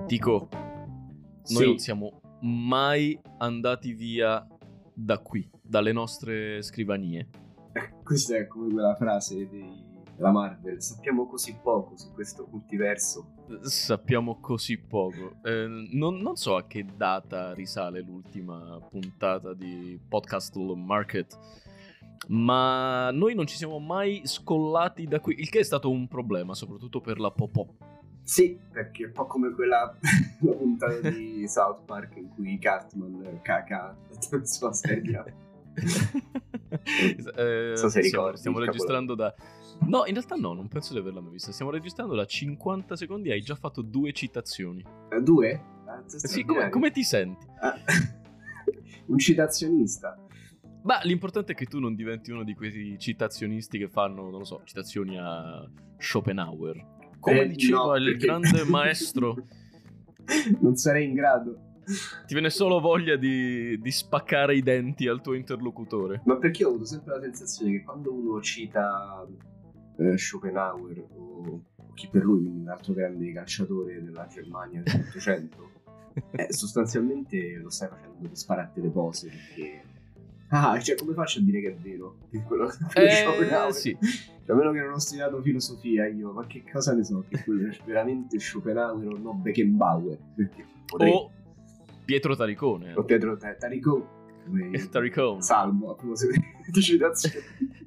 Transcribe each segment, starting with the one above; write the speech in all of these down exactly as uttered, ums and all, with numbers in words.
Dico, Sì. noi non siamo mai andati via da qui, dalle nostre scrivanie. Questa è come quella frase dei, della Marvel. Sappiamo così poco su questo multiverso. Sappiamo così poco. Eh, non, non so a che data risale l'ultima puntata di Podcast Market, ma noi non ci siamo mai scollati da qui, il che è stato un problema, soprattutto per la Popò. Sì, perché è un po' come quella la puntata di South Park in cui Cartman caca la sua sedia. eh, So se stiamo, ricordi, stiamo il registrando da... No, in realtà no, non penso di averla mai vista. Stiamo registrando da cinquanta secondi e hai già fatto due citazioni. Eh, Due? Ah, Sì, come, come ti senti? Ah, un citazionista. Ma l'importante è che tu non diventi uno di quei citazionisti che fanno, non lo so, citazioni a Schopenhauer. Come Eh, diceva no, il perché- grande maestro, Non sarei in grado. ti viene solo voglia di, di spaccare i denti al tuo interlocutore. Ma perché ho avuto sempre la sensazione che quando uno cita eh, Schopenhauer o, o chi per lui, quindi un altro grande calciatore della Germania dell'Ottocento, eh, sostanzialmente lo stai facendo per spararti le pose, perché... Ah, cioè come faccio a dire che è vero? Che quello, quello Eh, Schopenhauer? sì. Cioè, a meno che non ho studiato filosofia io, ma che cosa ne so? Che quello è veramente Schopenhauer o no Beckenbauer? Perché potrei... O Pietro Taricone. O Pietro Ta- Taricone. come- Taricone. Salmo, a proposito di citazioni.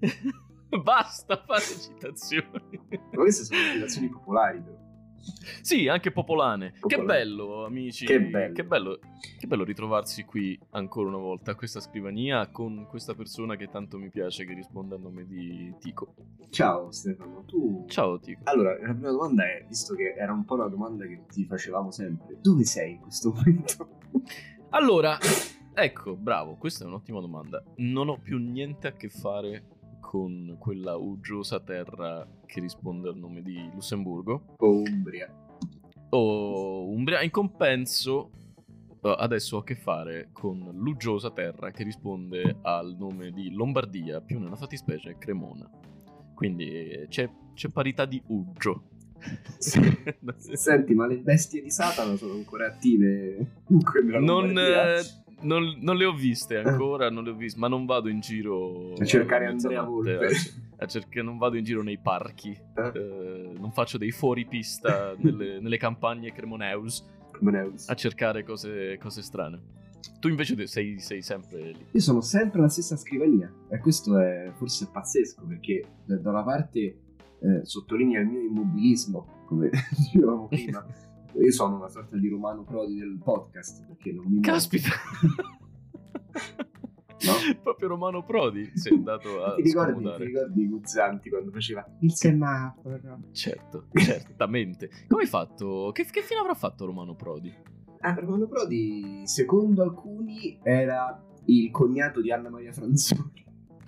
Basta fare citazioni. Ma queste sono citazioni popolari, però. Sì, anche popolane. Che Popolane. bello, amici. Che bello. Che bello, che bello ritrovarsi qui ancora una volta a questa scrivania con questa persona che tanto mi piace, che risponde a nome di Tico. Ciao Stefano, tu... Ciao Tico. Allora, la prima domanda è, visto che era un po' una domanda che ti facevamo sempre, dove sei in questo momento? Allora, ecco, bravo, questa è un'ottima domanda. Non ho più niente a che fare con quella uggiosa terra che risponde al nome di Lussemburgo O Umbria. o Umbria. In compenso, eh, adesso ho a che fare con l'uggiosa terra che risponde al nome di Lombardia, più nella fattispecie Cremona. Quindi eh, c'è, c'è parità di uggio. Senti, ma le bestie di Satana sono ancora attive in quella Non, Lombardia? eh, non, non le ho viste ancora, non le ho viste, ma non vado in giro A cercare a Andrea mezzanotte, Volpe. a, a cercare, non vado in giro nei parchi, Eh? eh, non faccio dei fuoripista nelle, nelle campagne cremoneus Cremoneus. a cercare cose, cose strane. Tu invece sei, sei sempre lì. Io sono sempre alla stessa scrivania e questo è forse pazzesco, perché da da una parte eh, sottolinea il mio immobilismo, come dicevamo prima. Io sono una sorta di Romano Prodi del podcast, perché non mi muovo. Caspita! No? Proprio Romano Prodi sei andato a Ti ricordi, ti scomodare. ricordi Guzzanti quando faceva il semaforo? Certo, certamente. Come hai fatto? Che, che fine avrà fatto Romano Prodi? Ah, Romano Prodi, secondo alcuni, era il cognato di Anna Maria Franzoni.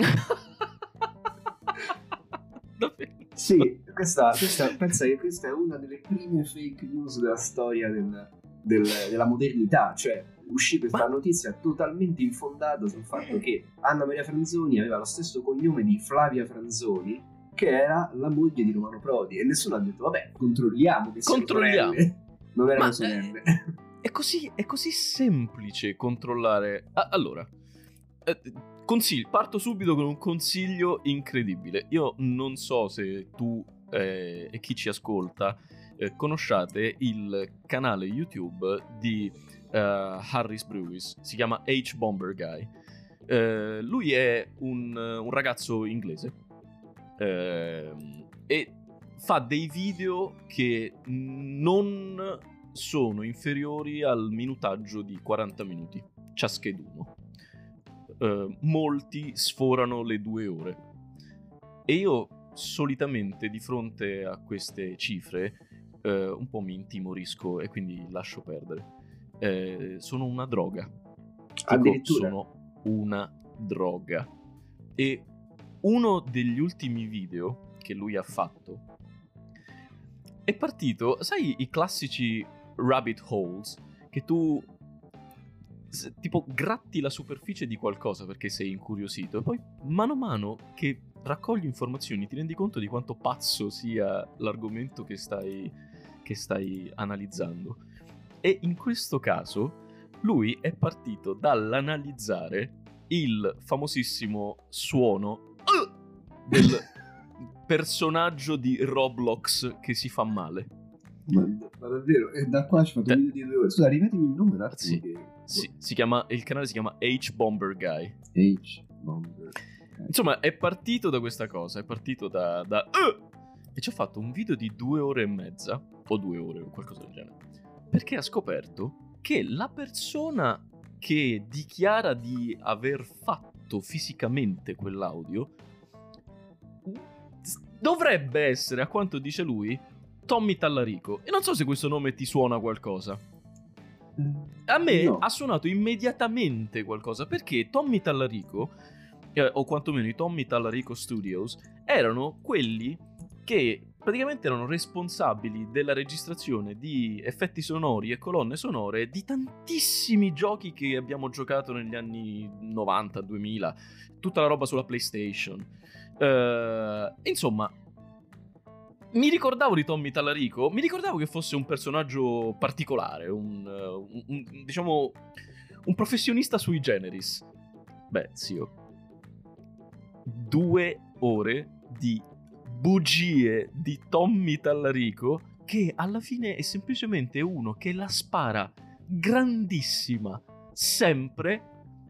Davvero? Sì, questa, questa, pensa che questa è una delle prime fake news della storia del- del- della modernità. Cioè, uscì questa Ma- notizia totalmente infondata sul fatto che Anna Maria Franzoni aveva lo stesso cognome di Flavia Franzoni, che era la moglie di Romano Prodi, e nessuno ha detto vabbè, controlliamo che siano Controlliamo. sorelle. Non erano Ma, sorelle. È così, è così semplice controllare. Ah, allora, eh, consiglio, parto subito con un consiglio incredibile. Io non so se tu eh, e chi ci ascolta eh, conosciate il canale YouTube di eh, Harris Brewis, si chiama H Bomber Guy. Eh, lui è un, un ragazzo inglese ehm, e fa dei video che non sono inferiori al minutaggio di quaranta minuti ciascheduno. Eh, molti sforano le due ore e io solitamente di fronte a queste cifre eh, un po' mi intimorisco e quindi lascio perdere. Eh, sono una droga. Dico, Addirittura. sono una droga. E uno degli ultimi video che lui ha fatto è partito, sai, i classici rabbit holes che tu s- tipo gratti la superficie di qualcosa perché sei incuriosito e poi mano a mano che raccogli informazioni ti rendi conto di quanto pazzo sia l'argomento che stai, che stai analizzando. E in questo caso lui è partito dall'analizzare il famosissimo suono uh, del personaggio di Roblox che si fa male. Ma, ma davvero? E da qua ci ho fatto un video di due ore. Scusa, ripetimi il nome un attimo. Sì, che... sì, si chiama, il canale si chiama H-Bomber Guy. H-Bomber. Okay. Insomma, è partito da questa cosa, è partito da... da uh, e ci ha fatto un video di due ore e mezza, o due ore o qualcosa del genere, perché ha scoperto che la persona che dichiara di aver fatto fisicamente quell'audio dovrebbe essere, a quanto dice lui, Tommy Tallarico. E non so se questo nome ti suona qualcosa. A me No. ha suonato immediatamente qualcosa, perché Tommy Tallarico, eh, o quantomeno i Tommy Tallarico Studios, erano quelli che praticamente erano responsabili della registrazione di effetti sonori e colonne sonore di tantissimi giochi che abbiamo giocato negli anni novanta, duemila, tutta la roba sulla PlayStation. Uh, insomma, mi ricordavo di Tommy Tallarico, mi ricordavo che fosse un personaggio particolare, un, un, un diciamo un professionista sui generis. Beh, zio, due ore di bugie di Tommy Tallarico, che alla fine è semplicemente uno che la spara grandissima sempre,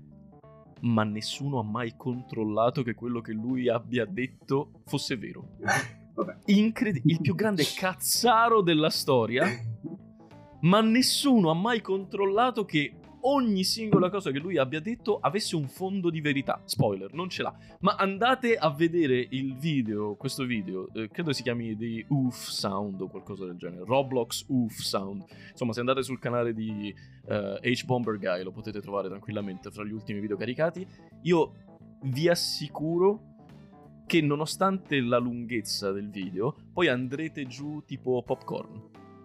ma nessuno ha mai controllato che quello che lui abbia detto fosse vero. Vabbè. Incredi- il più grande cazzaro della storia, ma nessuno ha mai controllato che ogni singola cosa che lui abbia detto avesse un fondo di verità. Spoiler, non ce l'ha. Ma andate a vedere il video, questo video, eh, credo si chiami The Oof Sound o qualcosa del genere, Roblox Oof Sound. Insomma, se andate sul canale di uh, H-Bomber Guy lo potete trovare tranquillamente fra gli ultimi video caricati. Io vi assicuro che nonostante la lunghezza del video, poi andrete giù tipo popcorn.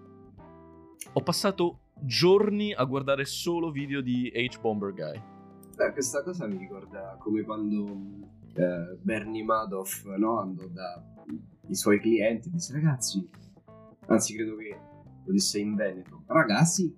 Ho passato giorni a guardare solo video di H-Bomber Guy. Beh, questa cosa mi ricorda come quando eh, Bernie Madoff, no, andò dai suoi clienti e disse: ragazzi, anzi credo che lo disse in Veneto, ragazzi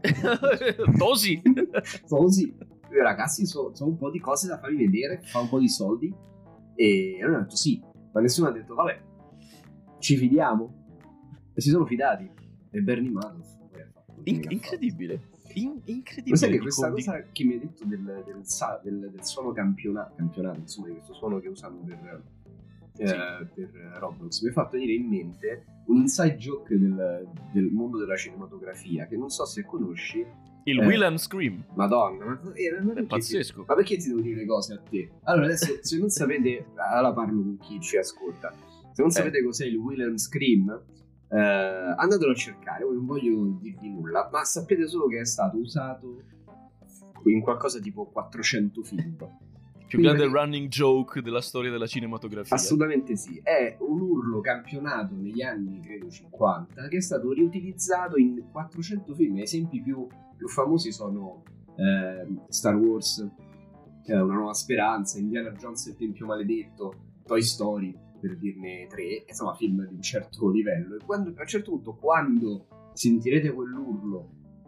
Tosi Tosi ragazzi, sono so un po' di cose da farvi vedere, fa un po' di soldi. E allora hanno detto sì, ma nessuno ha detto vabbè, ci fidiamo, e si sono fidati. E Bernie Madoff In- incredibile In- incredibile. Lo sai che questa di... cosa che mi hai detto del, del, del, del suono campionato, campionato, insomma, di questo suono che usano per, eh, sì. per Roblox, mi ha fatto venire in mente un inside joke del, del mondo della cinematografia che non so se conosci. Il eh, Wilhelm Scream. Madonna, ma, eh, ma è pazzesco. Ti, ma perché ti devo dire le cose a te? Allora adesso, se non sapete, allora parlo con chi ci ascolta. Se non eh. sapete cos'è il Wilhelm Scream, Uh, andatelo a cercare, non voglio dirvi nulla, ma sappiate solo che è stato usato in qualcosa tipo quattrocento film. Più grande perché... running joke della storia della cinematografia. Assolutamente sì, è un urlo campionato negli anni credo cinquanta che è stato riutilizzato in quattrocento film. Gli esempi più, più famosi sono eh, Star Wars, eh, Una nuova speranza, Indiana Jones e il Tempio maledetto, Toy Story, per dirne tre, insomma film di un certo livello. E quando, a un certo punto, quando sentirete quell'urlo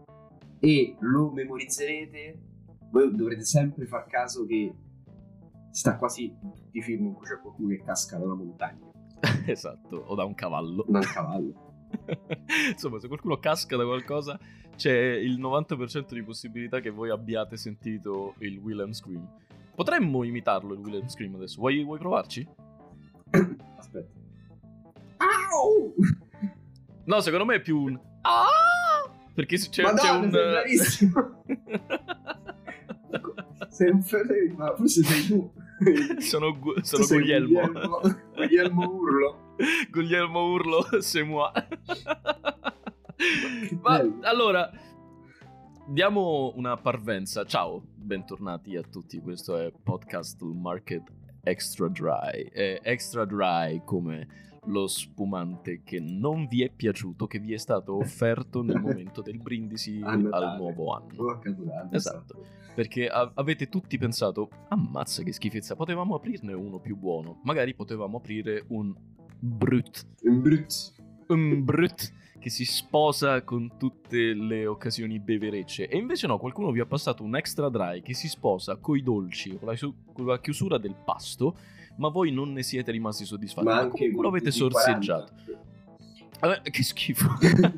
e lo memorizzerete, voi dovrete sempre far caso che sta quasi in tutti i film in cui c'è qualcuno che casca da una montagna. Esatto, o da un cavallo. Da un cavallo. Insomma, se qualcuno casca da qualcosa, c'è il novanta per cento di possibilità che voi abbiate sentito il Wilhelm Scream. Potremmo imitarlo il Wilhelm Scream adesso. Vuoi, vuoi provarci? Aspetta. Au! No, secondo me è più un ah! Perché c'è, Madonna, c'è un sei bravissimo. Sei un ferro, ma forse sei tu. Sono, gu- sono sei Guglielmo. Guglielmo. Guglielmo Urlo. Guglielmo Urlo, c'est moi. Ma allora diamo una parvenza. Ciao, bentornati a tutti. Questo è Podcast Market Extra Dry. È extra dry come lo spumante che non vi è piaciuto, che vi è stato offerto nel momento del brindisi al nuovo anno. Esatto, perché a- avete tutti pensato: ammazza che schifezza, potevamo aprirne uno più buono. Magari potevamo aprire un Brut. Un Brut. Un Brut che si sposa con tutte le occasioni beverecce. E invece no, qualcuno vi ha passato un extra dry che si sposa coi dolci, con la, su- con la chiusura del pasto, ma voi non ne siete rimasti soddisfatti. Ma Ma anche comunque lo avete quelli di quaranta. sorseggiato. Vabbè, che schifo.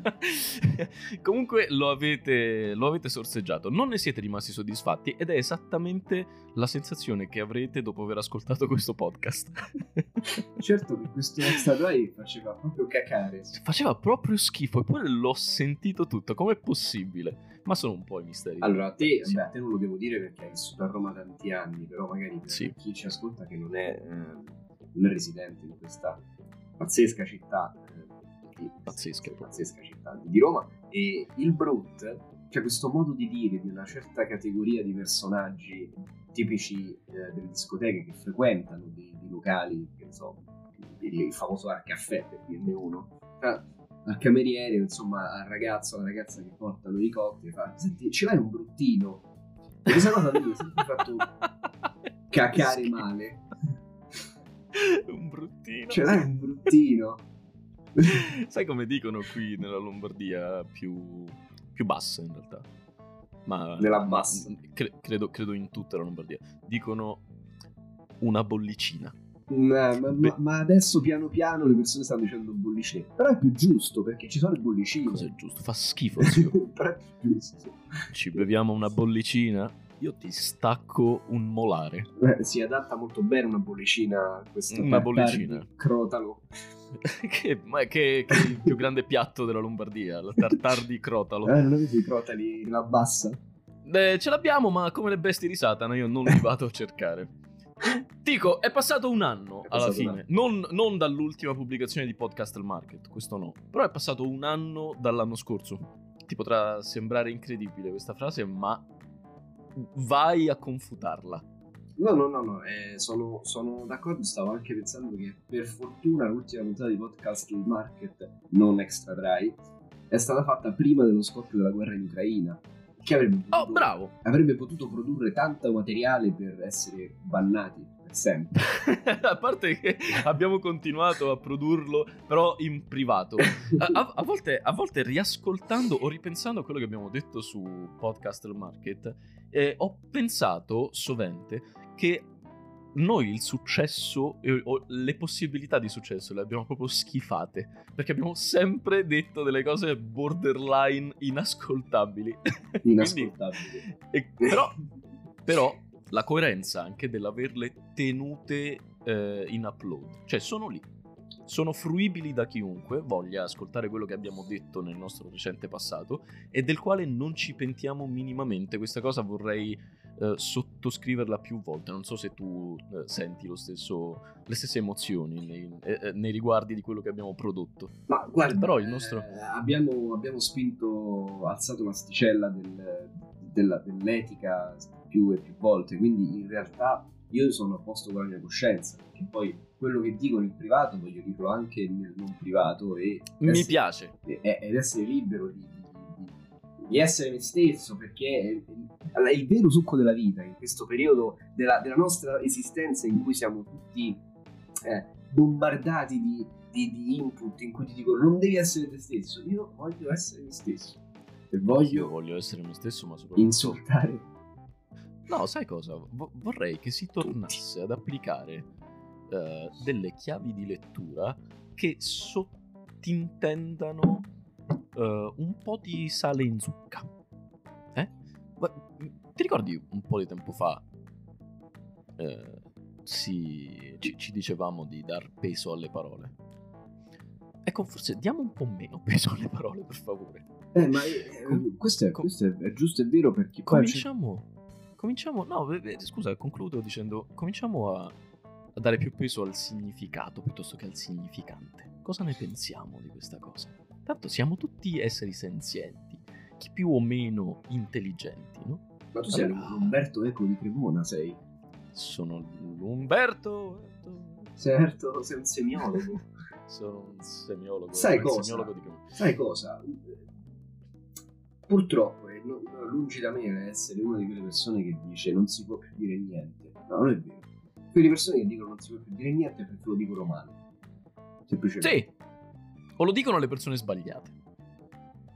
Comunque lo avete, lo avete sorseggiato, non ne siete rimasti soddisfatti ed è esattamente la sensazione che avrete dopo aver ascoltato questo podcast. Certo che questo extra dry faceva proprio cacare. Faceva proprio schifo, eppure l'ho sentito tutto. Com'è possibile? Ma sono un po' i misteri. Allora, a te, Sì. beh, a te non lo devo dire perché hai vissuto a Roma tanti anni, però magari per Sì. chi ci ascolta che non è, eh, non è residente in questa pazzesca città, eh, di, Pazzesca. pazzesca città di Roma, e il Brut, cioè questo modo di dire di una certa categoria di personaggi tipici eh, delle discoteche che frequentano dei, dei locali, che ne so, il, il famoso Ar Caffè per dirne uno, ah, al cameriere, insomma, al ragazzo, alla ragazza che portano i cocktail, fa: senti, ce l'hai un bruttino? E questa cosa mi ha sempre fatto cacare Schifo. male. Un bruttino. Ce l'hai un bruttino? Sai come dicono qui nella Lombardia, più, più bassa in realtà, ma Nella ma bassa. cre- credo, credo in tutta la Lombardia dicono una bollicina. Ma, ma- ma- ma adesso piano piano le persone stanno dicendo bollicine. Però è più giusto perché ci sono le bollicine. Cos'è giusto? Fa schifo, zio. Però è più giusto. Ci beviamo una bollicina? Io ti stacco un molare. Eh, si adatta molto bene una bollicina a questa Una tartare bollicina. di crotalo. che, ma che, che è il più grande piatto della Lombardia, la tartar di crotalo. Eh, non avete i crotali nella bassa? Eh, ce l'abbiamo, ma come le bestie di Satana io non li vado a cercare. Dico, è passato un anno È alla passato fine, non, non dall'ultima pubblicazione di Podcast al Market, questo no, però è passato un anno dall'anno scorso. Ti potrà sembrare incredibile questa frase, ma vai a confutarla. No, no, no, no, eh, sono, sono d'accordo, stavo anche pensando che per fortuna l'ultima puntata di Podcast al Market, non extra dry, è stata fatta prima dello scoppio della guerra in Ucraina, che avrebbe potuto, Oh, bravo! avrebbe potuto produrre tanto materiale per essere bannati per sempre. A parte che abbiamo continuato a produrlo, però in privato. A, a- a volte, a volte riascoltando o ripensando a quello che abbiamo detto su Podcast al Market, eh, ho pensato sovente che noi il successo e o le possibilità di successo le abbiamo proprio schifate, perché abbiamo sempre detto delle cose borderline inascoltabili. Quindi- Inascoltabile. e- però, però la coerenza anche dell'averle tenute eh, in upload, cioè sono lì, sono fruibili da chiunque voglia ascoltare quello che abbiamo detto nel nostro recente passato e del quale non ci pentiamo minimamente. Questa cosa vorrei eh, sottoscriverla più volte. Non so se tu eh, senti lo stesso, le stesse emozioni nei, eh, nei riguardi di quello che abbiamo prodotto. Ma guarda, Però il nostro- eh, abbiamo, abbiamo spinto, alzato l'asticella del, della- dell'etica più e più volte, quindi in realtà io sono a posto con la mia coscienza, perché poi quello che dico nel privato voglio dirlo anche nel non privato e Mi essere- piace. e- ed essere libero di, di- di- di essere me stesso, perché è, è il vero succo della vita in questo periodo della, della nostra esistenza in cui siamo tutti eh, bombardati di, di, di input in cui ti dicono non devi essere te stesso. Io voglio essere me stesso e Io voglio voglio essere me stesso, ma soprattutto insultare. no, sai cosa? Vo- vorrei che si tornasse ad applicare eh, delle chiavi di lettura che sottintendano eh, un po' di sale in zucca. Eh? Ma- ti ricordi un po' di tempo fa eh, si- ci, ci dicevamo di dar peso alle parole? Ecco, forse diamo un po' meno peso alle parole, per favore. Eh, ma eh, Com- questo, è, com- questo è, è giusto e vero, perché poi c'è- Cominciamo, cominciamo, no, ve- ve- scusa, concludo dicendo, cominciamo a, a dare più peso al significato piuttosto che al significante. Cosa ne pensiamo di questa cosa? Tanto siamo tutti esseri senzienti, chi più o meno intelligenti, no? ma tu sei Allora- Umberto Eco di Cremona, sei? Sono l'Umberto, Certo, sei un semiologo. sono un semiologo, Sai il cosa? semiologo di Cremona. Sai cosa? Purtroppo, e non- lungi da me essere una di quelle persone che dice non si può più dire niente. No, non è vero. Quelle persone che dicono non si può più dire niente perché lo dicono male. Semplicemente. Sì, o lo dicono le persone sbagliate.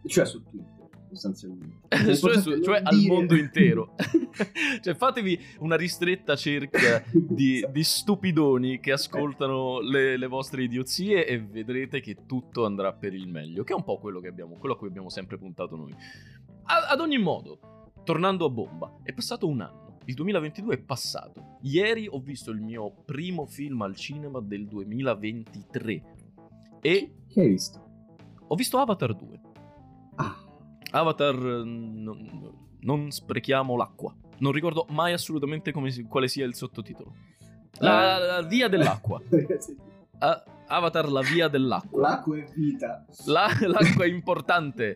Cioè su Twitter, sostanzialmente. cioè, su, cioè al mondo intero. Cioè fatevi una ristretta cerca di, esatto. di stupidoni che ascoltano le, le vostre idiozie e vedrete che tutto andrà per il meglio, che è un po' quello che abbiamo, quello a cui abbiamo sempre puntato noi. A, ad ogni modo, tornando a bomba, è passato un anno, il duemilaventidue è passato. Ieri ho visto il mio primo film al cinema del duemilaventitré e che hai visto? Ho visto Avatar due. Ah. Avatar, non, non sprechiamo l'acqua. Non ricordo mai assolutamente come, quale sia il sottotitolo. La, uh, la via dell'acqua. Sì. A, Avatar, la via dell'acqua. L'acqua è vita. La, l'acqua è importante.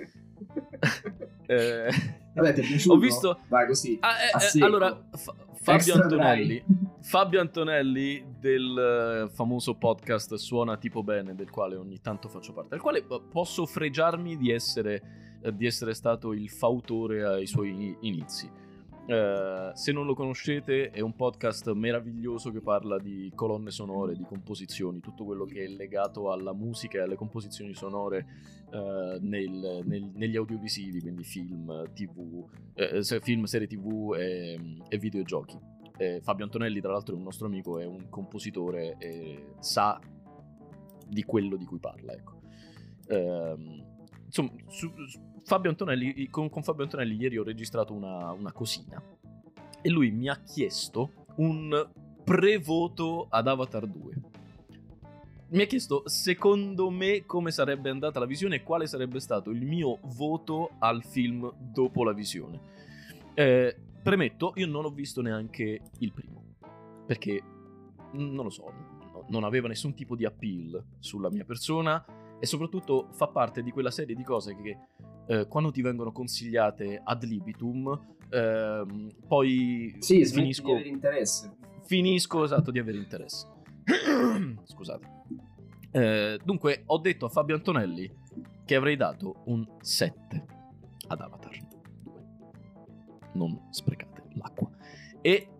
eh, Vabbè, ti è piaciuto? Ho visto. Vai così. Ah, eh, eh, allora, fa, Fabio Extra Antonelli. Fabio Antonelli del uh, famoso podcast Suona Tipo Bene, del quale ogni tanto faccio parte, del quale uh, posso fregiarmi di essere, uh, di essere stato il fautore ai suoi inizi. Uh, se non lo conoscete, è un podcast meraviglioso che parla di colonne sonore, di composizioni, tutto quello che è legato alla musica e alle composizioni sonore uh, nel, nel, negli audiovisivi, quindi film, tv, eh, film, serie tv e, e videogiochi. Eh, Fabio Antonelli, tra l'altro, è un nostro amico, è un compositore e sa di quello di cui parla, ecco. Uh, insomma, su, su Fabio Antonelli, con, con Fabio Antonelli ieri ho registrato una, una cosina e lui mi ha chiesto un pre-voto ad Avatar due. Mi ha chiesto secondo me come sarebbe andata la visione e quale sarebbe stato il mio voto al film dopo la visione. Eh, premetto, io non ho visto neanche il primo perché non lo so, non aveva nessun tipo di appeal sulla mia persona e soprattutto fa parte di quella serie di cose che eh, quando ti vengono consigliate ad libitum eh, poi sì, finisco di avere interesse finisco esatto di avere interesse scusate eh, dunque ho detto a Fabio Antonelli che avrei dato un sette ad Avatar due. Non sprecate l'acqua. E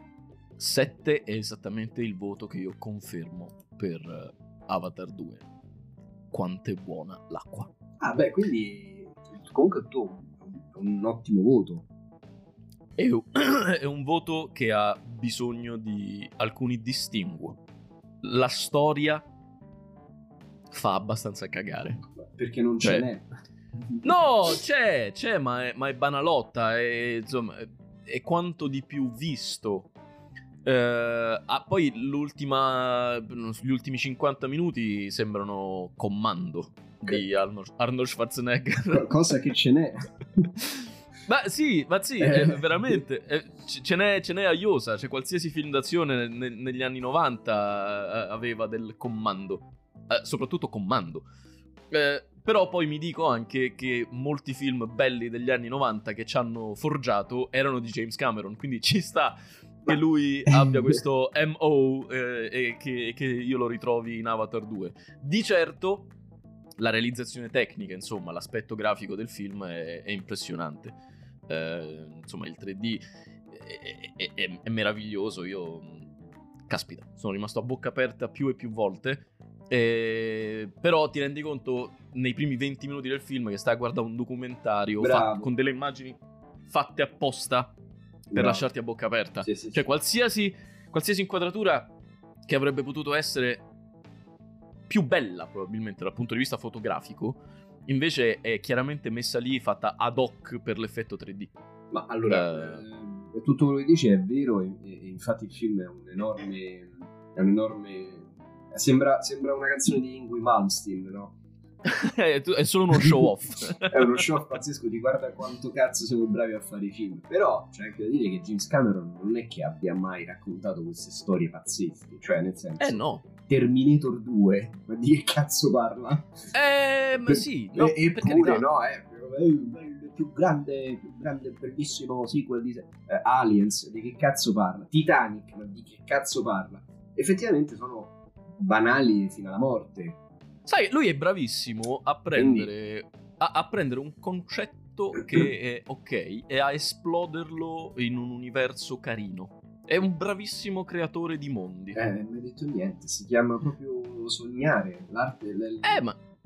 sette è esattamente il voto che io confermo per Avatar due. Quanto è buona l'acqua. Ah beh, quindi comunque tu un ottimo voto. È un, è un voto che ha bisogno di alcuni distinguo. La storia fa abbastanza cagare. Perché non cioè, ce n'è. No, c'è, c'è, ma è, ma è banalotta. È, insomma, è, è quanto di più visto. Uh, ah, poi l'ultima gli ultimi cinquanta minuti sembrano Commando di Arnold, Arnold Schwarzenegger. Cosa che ce n'è. Ma sì, ma sì, eh. è, veramente è, ce, n'è, ce n'è a iosa. Cioè qualsiasi film d'azione ne, negli anni novanta uh, aveva del Commando, uh, soprattutto Commando. uh, Però poi mi dico anche che molti film belli degli anni novanta che ci hanno forgiato erano di James Cameron, quindi ci sta che lui abbia questo M O eh, e che, che io lo ritrovi in Avatar due. Di certo la realizzazione tecnica, insomma l'aspetto grafico del film è, è impressionante. Eh, insomma il tre D è, è, è, è meraviglioso. Io caspita, sono rimasto a bocca aperta più e più volte. Eh, però ti rendi conto nei primi venti minuti del film che stai a guardare un documentario fatto, con delle immagini fatte apposta per Bravo. lasciarti a bocca aperta. Sì, sì, cioè sì. qualsiasi qualsiasi inquadratura che avrebbe potuto essere più bella probabilmente dal punto di vista fotografico invece è chiaramente messa lì, fatta ad hoc per l'effetto tre D. Ma allora uh... eh, tutto quello che dici è vero e, e infatti il film è un enorme è un enorme sembra, sembra una canzone di Yngwie Malmsteen, no? È solo uno show off. È uno show off pazzesco, ti guarda quanto cazzo siamo bravi a fare i film. Però c'è anche da dire che James Cameron non è che abbia mai raccontato queste storie pazzesche. Cioè nel senso Eh no Terminator due, ma di che cazzo parla? Eh ma per, sì no, e, per Eppure carità. no è, è il più grande più grande bellissimo sequel di eh, Aliens, di che cazzo parla? Titanic, ma di che cazzo parla? Effettivamente sono banali fino alla morte. Sai, lui è bravissimo a prendere a, a prendere un concetto che è ok e a esploderlo in un universo carino. È un bravissimo creatore di mondi. Eh, non mi hai detto niente, si chiama proprio sognare, l'arte, l- Eh, ma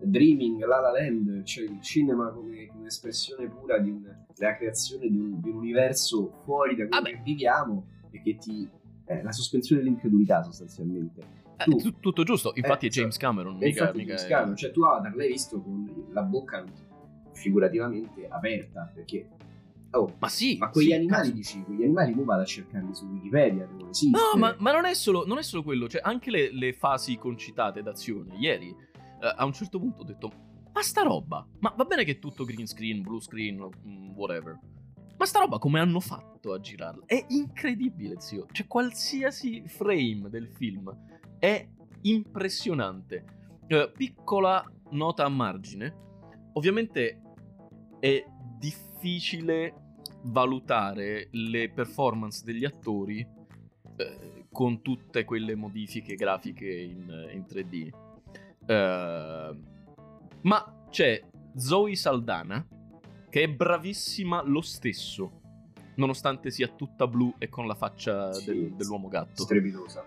Dreaming, La La Land, cioè il cinema come, come espressione pura di un, della creazione di un, di un universo fuori da quello Vabbè. che viviamo e che ti... Eh, la sospensione dell'incredulità sostanzialmente. Eh, Tu, tu- tutto giusto, infatti eh, è James Cameron, e mica, infatti mica James è- Cameron, cioè tu Avatar l'hai visto con la bocca figurativamente aperta, perché oh, Ma sì, ma quegli sì, animali cazzo. dici, quegli animali mu vado a cercarli su Wikipedia, devono esistere. No, ma, ma non, è solo, non è solo quello, cioè anche le, le fasi concitate d'azione. Ieri, eh, a un certo punto ho detto, ma sta roba, ma va bene che è tutto green screen, blue screen, mm, whatever, ma sta roba come hanno fatto a girarla? È incredibile, zio. Cioè qualsiasi frame del film è impressionante. Eh, piccola nota a margine, ovviamente è difficile valutare le performance degli attori eh, con tutte quelle modifiche grafiche in, in tre D. Eh, ma c'è Zoe Saldana che è bravissima lo stesso, nonostante sia tutta blu e con la faccia Sì, del- dell'uomo gatto. strepitosa.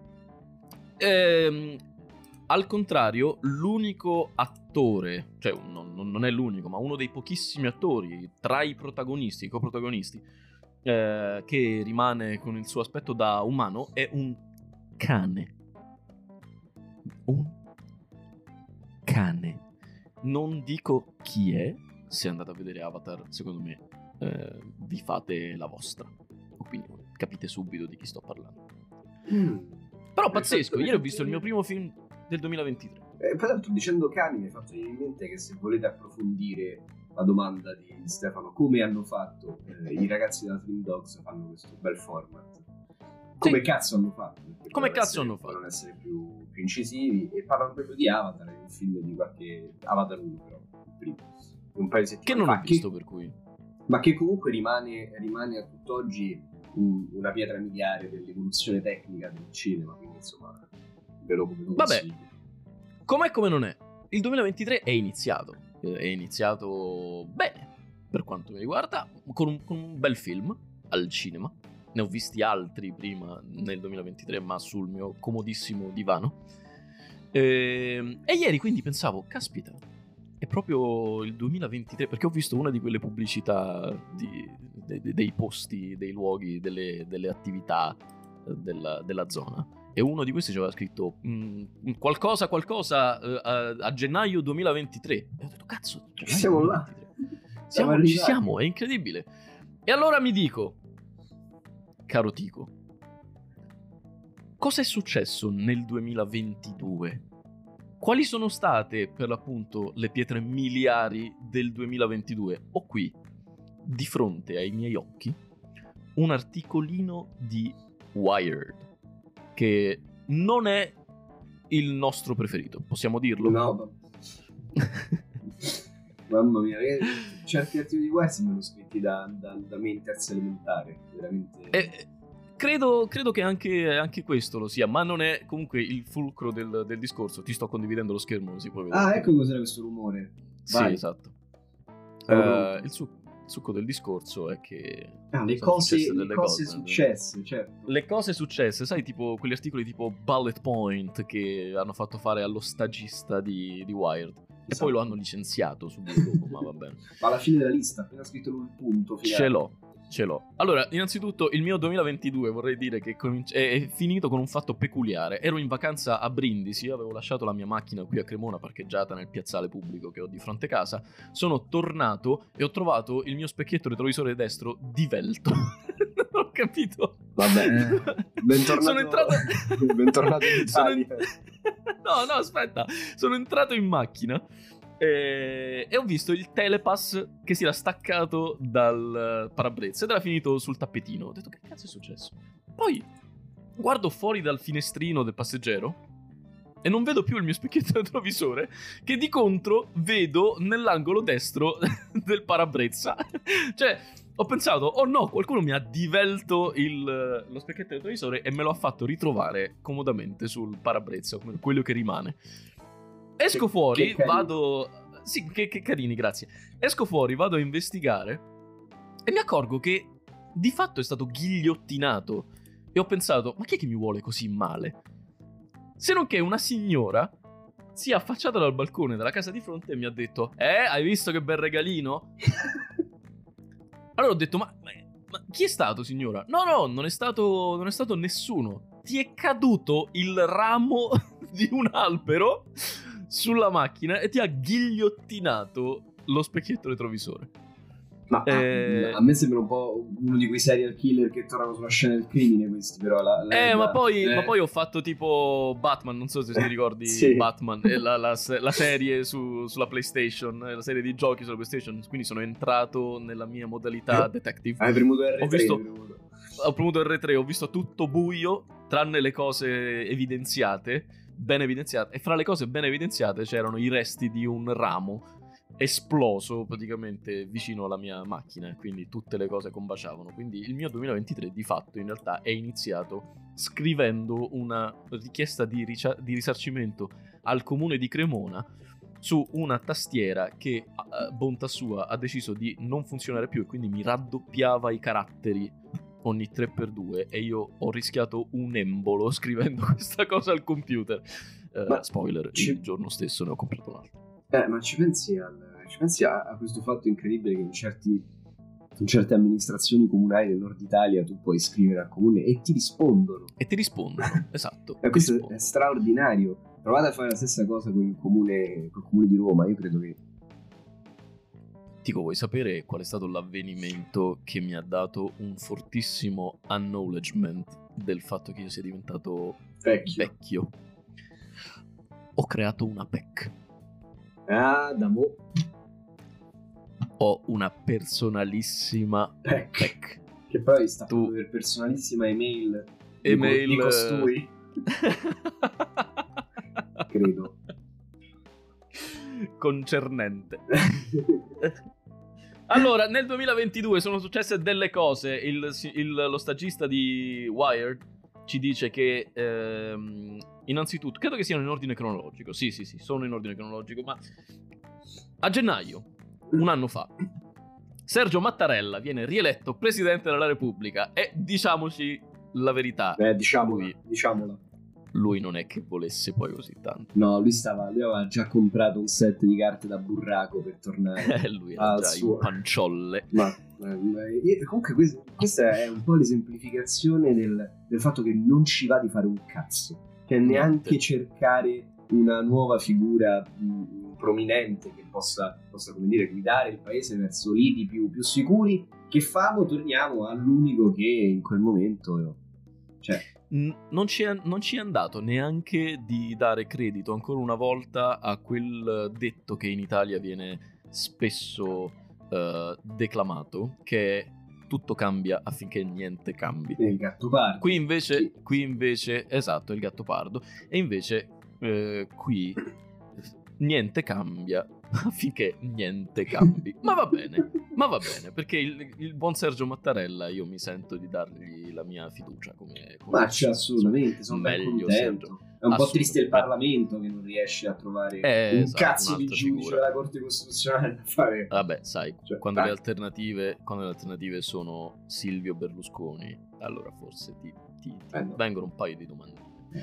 Ehm, al contrario, l'unico attore, cioè non, non- non è l'unico, ma uno dei pochissimi attori tra i protagonisti, i coprotagonisti, eh, che rimane con il suo aspetto da umano è un cane. Un cane. Non dico chi è, se andate a vedere Avatar, secondo me eh, vi fate la vostra opinione, capite subito di chi sto parlando. Mm. Però Mi hai pazzesco, fatto- ieri ho visto il mio primo film del duemilaventitré. Eh, tra l'altro, dicendo cani, mi hai fatto venire in mente che se volete approfondire la domanda di Stefano, come hanno fatto eh, i ragazzi della Dream Dogs, fanno questo bel format. Come Sì. cazzo hanno fatto? Perché Come per cazzo essere- hanno fatto? Per non essere più, più incisivi, e parlano proprio di Avatar, è un film di qualche Avatar uno, però il primo, un paio di Che settimane non fa, ho visto, che- per cui... ma che comunque rimane, rimane a tutt'oggi un- una pietra miliare dell'evoluzione tecnica del cinema, quindi insomma ve lo, ve lo Vabbè. consiglio. Com'è come non è? Il duemilaventitré è iniziato. Eh, È iniziato bene, per quanto mi riguarda, con un, con un bel film al cinema. Ne ho visti altri prima nel duemilaventitré, ma sul mio comodissimo divano. Ehm, E, ieri quindi pensavo, caspita, è proprio il duemilaventitré, perché ho visto una di quelle pubblicità di- de- de- dei posti, dei luoghi, delle, delle attività eh, della, della zona. E uno di questi c'aveva scritto mm, qualcosa, qualcosa eh, a, a gennaio duemilaventitré. E ho detto, cazzo, gennaio Siamo là. duemilaventitré. Siamo Siamo, ci arrivati. siamo, è incredibile. E allora mi dico, caro Tico, cosa è successo nel duemilaventidue? Quali sono state, per l'appunto, le pietre miliari del duemilaventidue? Ho qui, di fronte ai miei occhi, un articolino di Wired, che non è il nostro preferito, possiamo dirlo? No, ma- mamma mia, eh, certi articoli di West sembrano scritti da, da, da me in terza elementare, veramente. Eh, credo, credo che anche, anche questo lo sia, ma non è comunque il fulcro del, del discorso. Ti sto condividendo lo schermo, così puoi vedere. Ah, ecco cos'era questo rumore. Sì, Vai. esatto. Sono Eh, pronto. il, su- il succo del discorso è che Ah, le sono cose, successe le delle cose cose. successe, certo. Le cose successe, sai, tipo quegli articoli tipo Bullet Point che hanno fatto fare allo stagista di, di Wired. E Esatto. poi lo hanno licenziato subito dopo, ma va bene. Ma alla fine della lista, appena scritto il punto finale. Ce l'ho, ce l'ho. Allora, innanzitutto, il mio duemilaventidue vorrei dire che cominci- è, è finito con un fatto peculiare. Ero in vacanza a Brindisi, avevo lasciato la mia macchina qui a Cremona parcheggiata nel piazzale pubblico che ho di fronte casa. Sono tornato e ho trovato il mio specchietto retrovisore destro divelto. Non ho capito. Vabbè, bentornato. Sono entrato. Bentornato in Sono Italia. No, no, aspetta. Sono entrato in macchina e... e ho visto il telepass che si era staccato dal parabrezza ed era finito sul tappetino. Ho detto, che cazzo è successo? Poi guardo fuori dal finestrino del passeggero e non vedo più il mio specchietto retrovisore, che di contro vedo nell'angolo destro del parabrezza. Cioè, ho pensato, oh no, qualcuno mi ha divelto il, lo specchietto retrovisore e me lo ha fatto ritrovare comodamente sul parabrezza, come quello che rimane. Esco Che- fuori, che carini. vado... Sì, che, che carini, grazie. Esco fuori, vado a investigare e mi accorgo che di fatto è stato ghigliottinato. E ho pensato, ma chi è che mi vuole così male? Se non che una signora si è affacciato dal balcone della casa di fronte e mi ha detto: eh, hai visto che bel regalino? Allora ho detto: ma, ma, ma chi è stato, signora? No, no, non è stato, non è stato nessuno. Ti è caduto il ramo di un albero sulla macchina e ti ha ghigliottinato lo specchietto retrovisore. Ma eh... a me sembra un po' uno di quei serial killer che tornano sulla scena del crimine, questi, però la, la Eh, ma poi, eh. ma poi ho fatto tipo Batman, non so se ti ricordi sì. Batman, la, la, la serie su, sulla PlayStation, la serie di giochi sulla PlayStation, quindi sono entrato nella mia modalità detective. Hai premuto R tre? Ho visto, ho premuto R tre, ho visto tutto buio, tranne le cose evidenziate, ben evidenziate, e fra le cose ben evidenziate c'erano i resti di un ramo esploso praticamente vicino alla mia macchina, quindi tutte le cose combaciavano. Quindi il mio duemilaventitré di fatto in realtà è iniziato scrivendo una richiesta di, ricia- di risarcimento al comune di Cremona su una tastiera che, bontà sua, ha deciso di non funzionare più e quindi mi raddoppiava i caratteri ogni tre per due e io ho rischiato un embolo scrivendo questa cosa al computer. Uh, spoiler, ci... il giorno stesso ne ho comprato un altro. Eh, ma ci pensi, al, ci pensi a, a questo fatto incredibile che in, certi, in certe amministrazioni comunali del nord Italia tu puoi scrivere al comune e ti rispondono. E ti rispondono, esatto. E questo rispondono. È straordinario. Provate a fare la stessa cosa con il comune, col comune di Roma, io credo che... Tico, vuoi sapere qual è stato l'avvenimento che mi ha dato un fortissimo acknowledgement del fatto che io sia diventato vecchio? vecchio? Ho creato una P E C. Ah, da mo. Ho una personalissima P E C. P E C. Che poi sta tu... per personalissima email. Email di costui. Credo. Concernente. Allora, nel duemilaventidue sono successe delle cose. Il, il, lo stagista di Wired ci dice che ehm, innanzitutto, credo che siano in ordine cronologico. Sì, sì, sì, sono in ordine cronologico. Ma a gennaio, un anno fa, Sergio Mattarella viene rieletto presidente della Repubblica. E diciamoci la verità. Beh, diciamola, lui, diciamola. Lui non è che volesse poi così tanto. No, lui stava, lui aveva già comprato un set di carte da burraco per tornare. Lui era già suo... in panciolle. Ma, ma, ma comunque questa, questa è un po' l'esemplificazione del, del fatto che non ci va di fare un cazzo. Cioè neanche Niente. cercare una nuova figura mh, prominente che possa, possa, come dire, guidare il paese verso lidi più, più sicuri. Che famo? Torniamo all'unico che in quel momento... Cioè... Non ci, è, non ci è andato neanche di dare credito ancora una volta a quel detto che in Italia viene spesso uh, declamato, che è tutto cambia affinché niente cambi. Il Gattopardo. Qui invece, sì. qui invece, esatto, il Gattopardo. E invece eh, qui niente cambia affinché niente cambi. Ma va bene, ma va bene, perché il, il buon Sergio Mattarella io mi sento di dargli la mia fiducia come, come ma c'è assolutamente, sono meglio Sergio. È un po' triste il Parlamento che non riesce a trovare eh, un esatto, cazzo di giudice figura. della Corte Costituzionale da fare. Vabbè, sai, cioè, quando, le alternative, quando le alternative sono Silvio Berlusconi, allora forse ti, ti, ti eh no. vengono un paio di domande.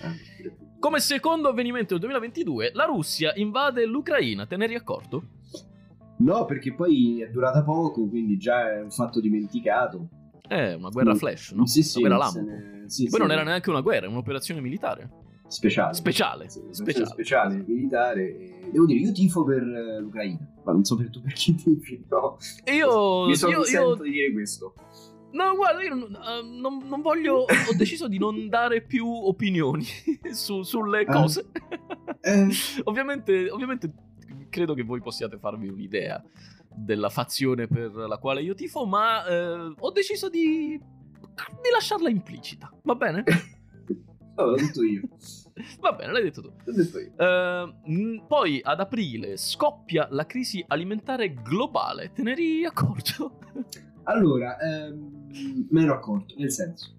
Come secondo avvenimento del duemilaventidue, la Russia invade l'Ucraina. Te ne eri accorto? No, perché poi è durata poco, quindi già è un fatto dimenticato. È una guerra flash, no? Sì, sì, una guerra ne... sì, poi sì, non era neanche una guerra, è un'operazione militare. Speciale. Speciale. Sì, speciale. speciale, militare. E... Devo dire, io tifo per l'Ucraina, ma non so per tu per chi tifi, no? Io... Mi sono io, io... di dire questo. No, guarda, io non, uh, non, non voglio... Ho deciso di non dare più opinioni su, sulle cose. Eh. ovviamente, ovviamente credo che voi possiate farvi un'idea della fazione per la quale io tifo, ma eh, ho deciso di, di lasciarla implicita. Va bene? No, l'ho detto io. Va bene, l'hai detto tu. L'ho detto io. Uh, poi ad aprile scoppia la crisi alimentare globale. Te ne eri accorto? Allora, ehm, me ne ero accorto, nel senso,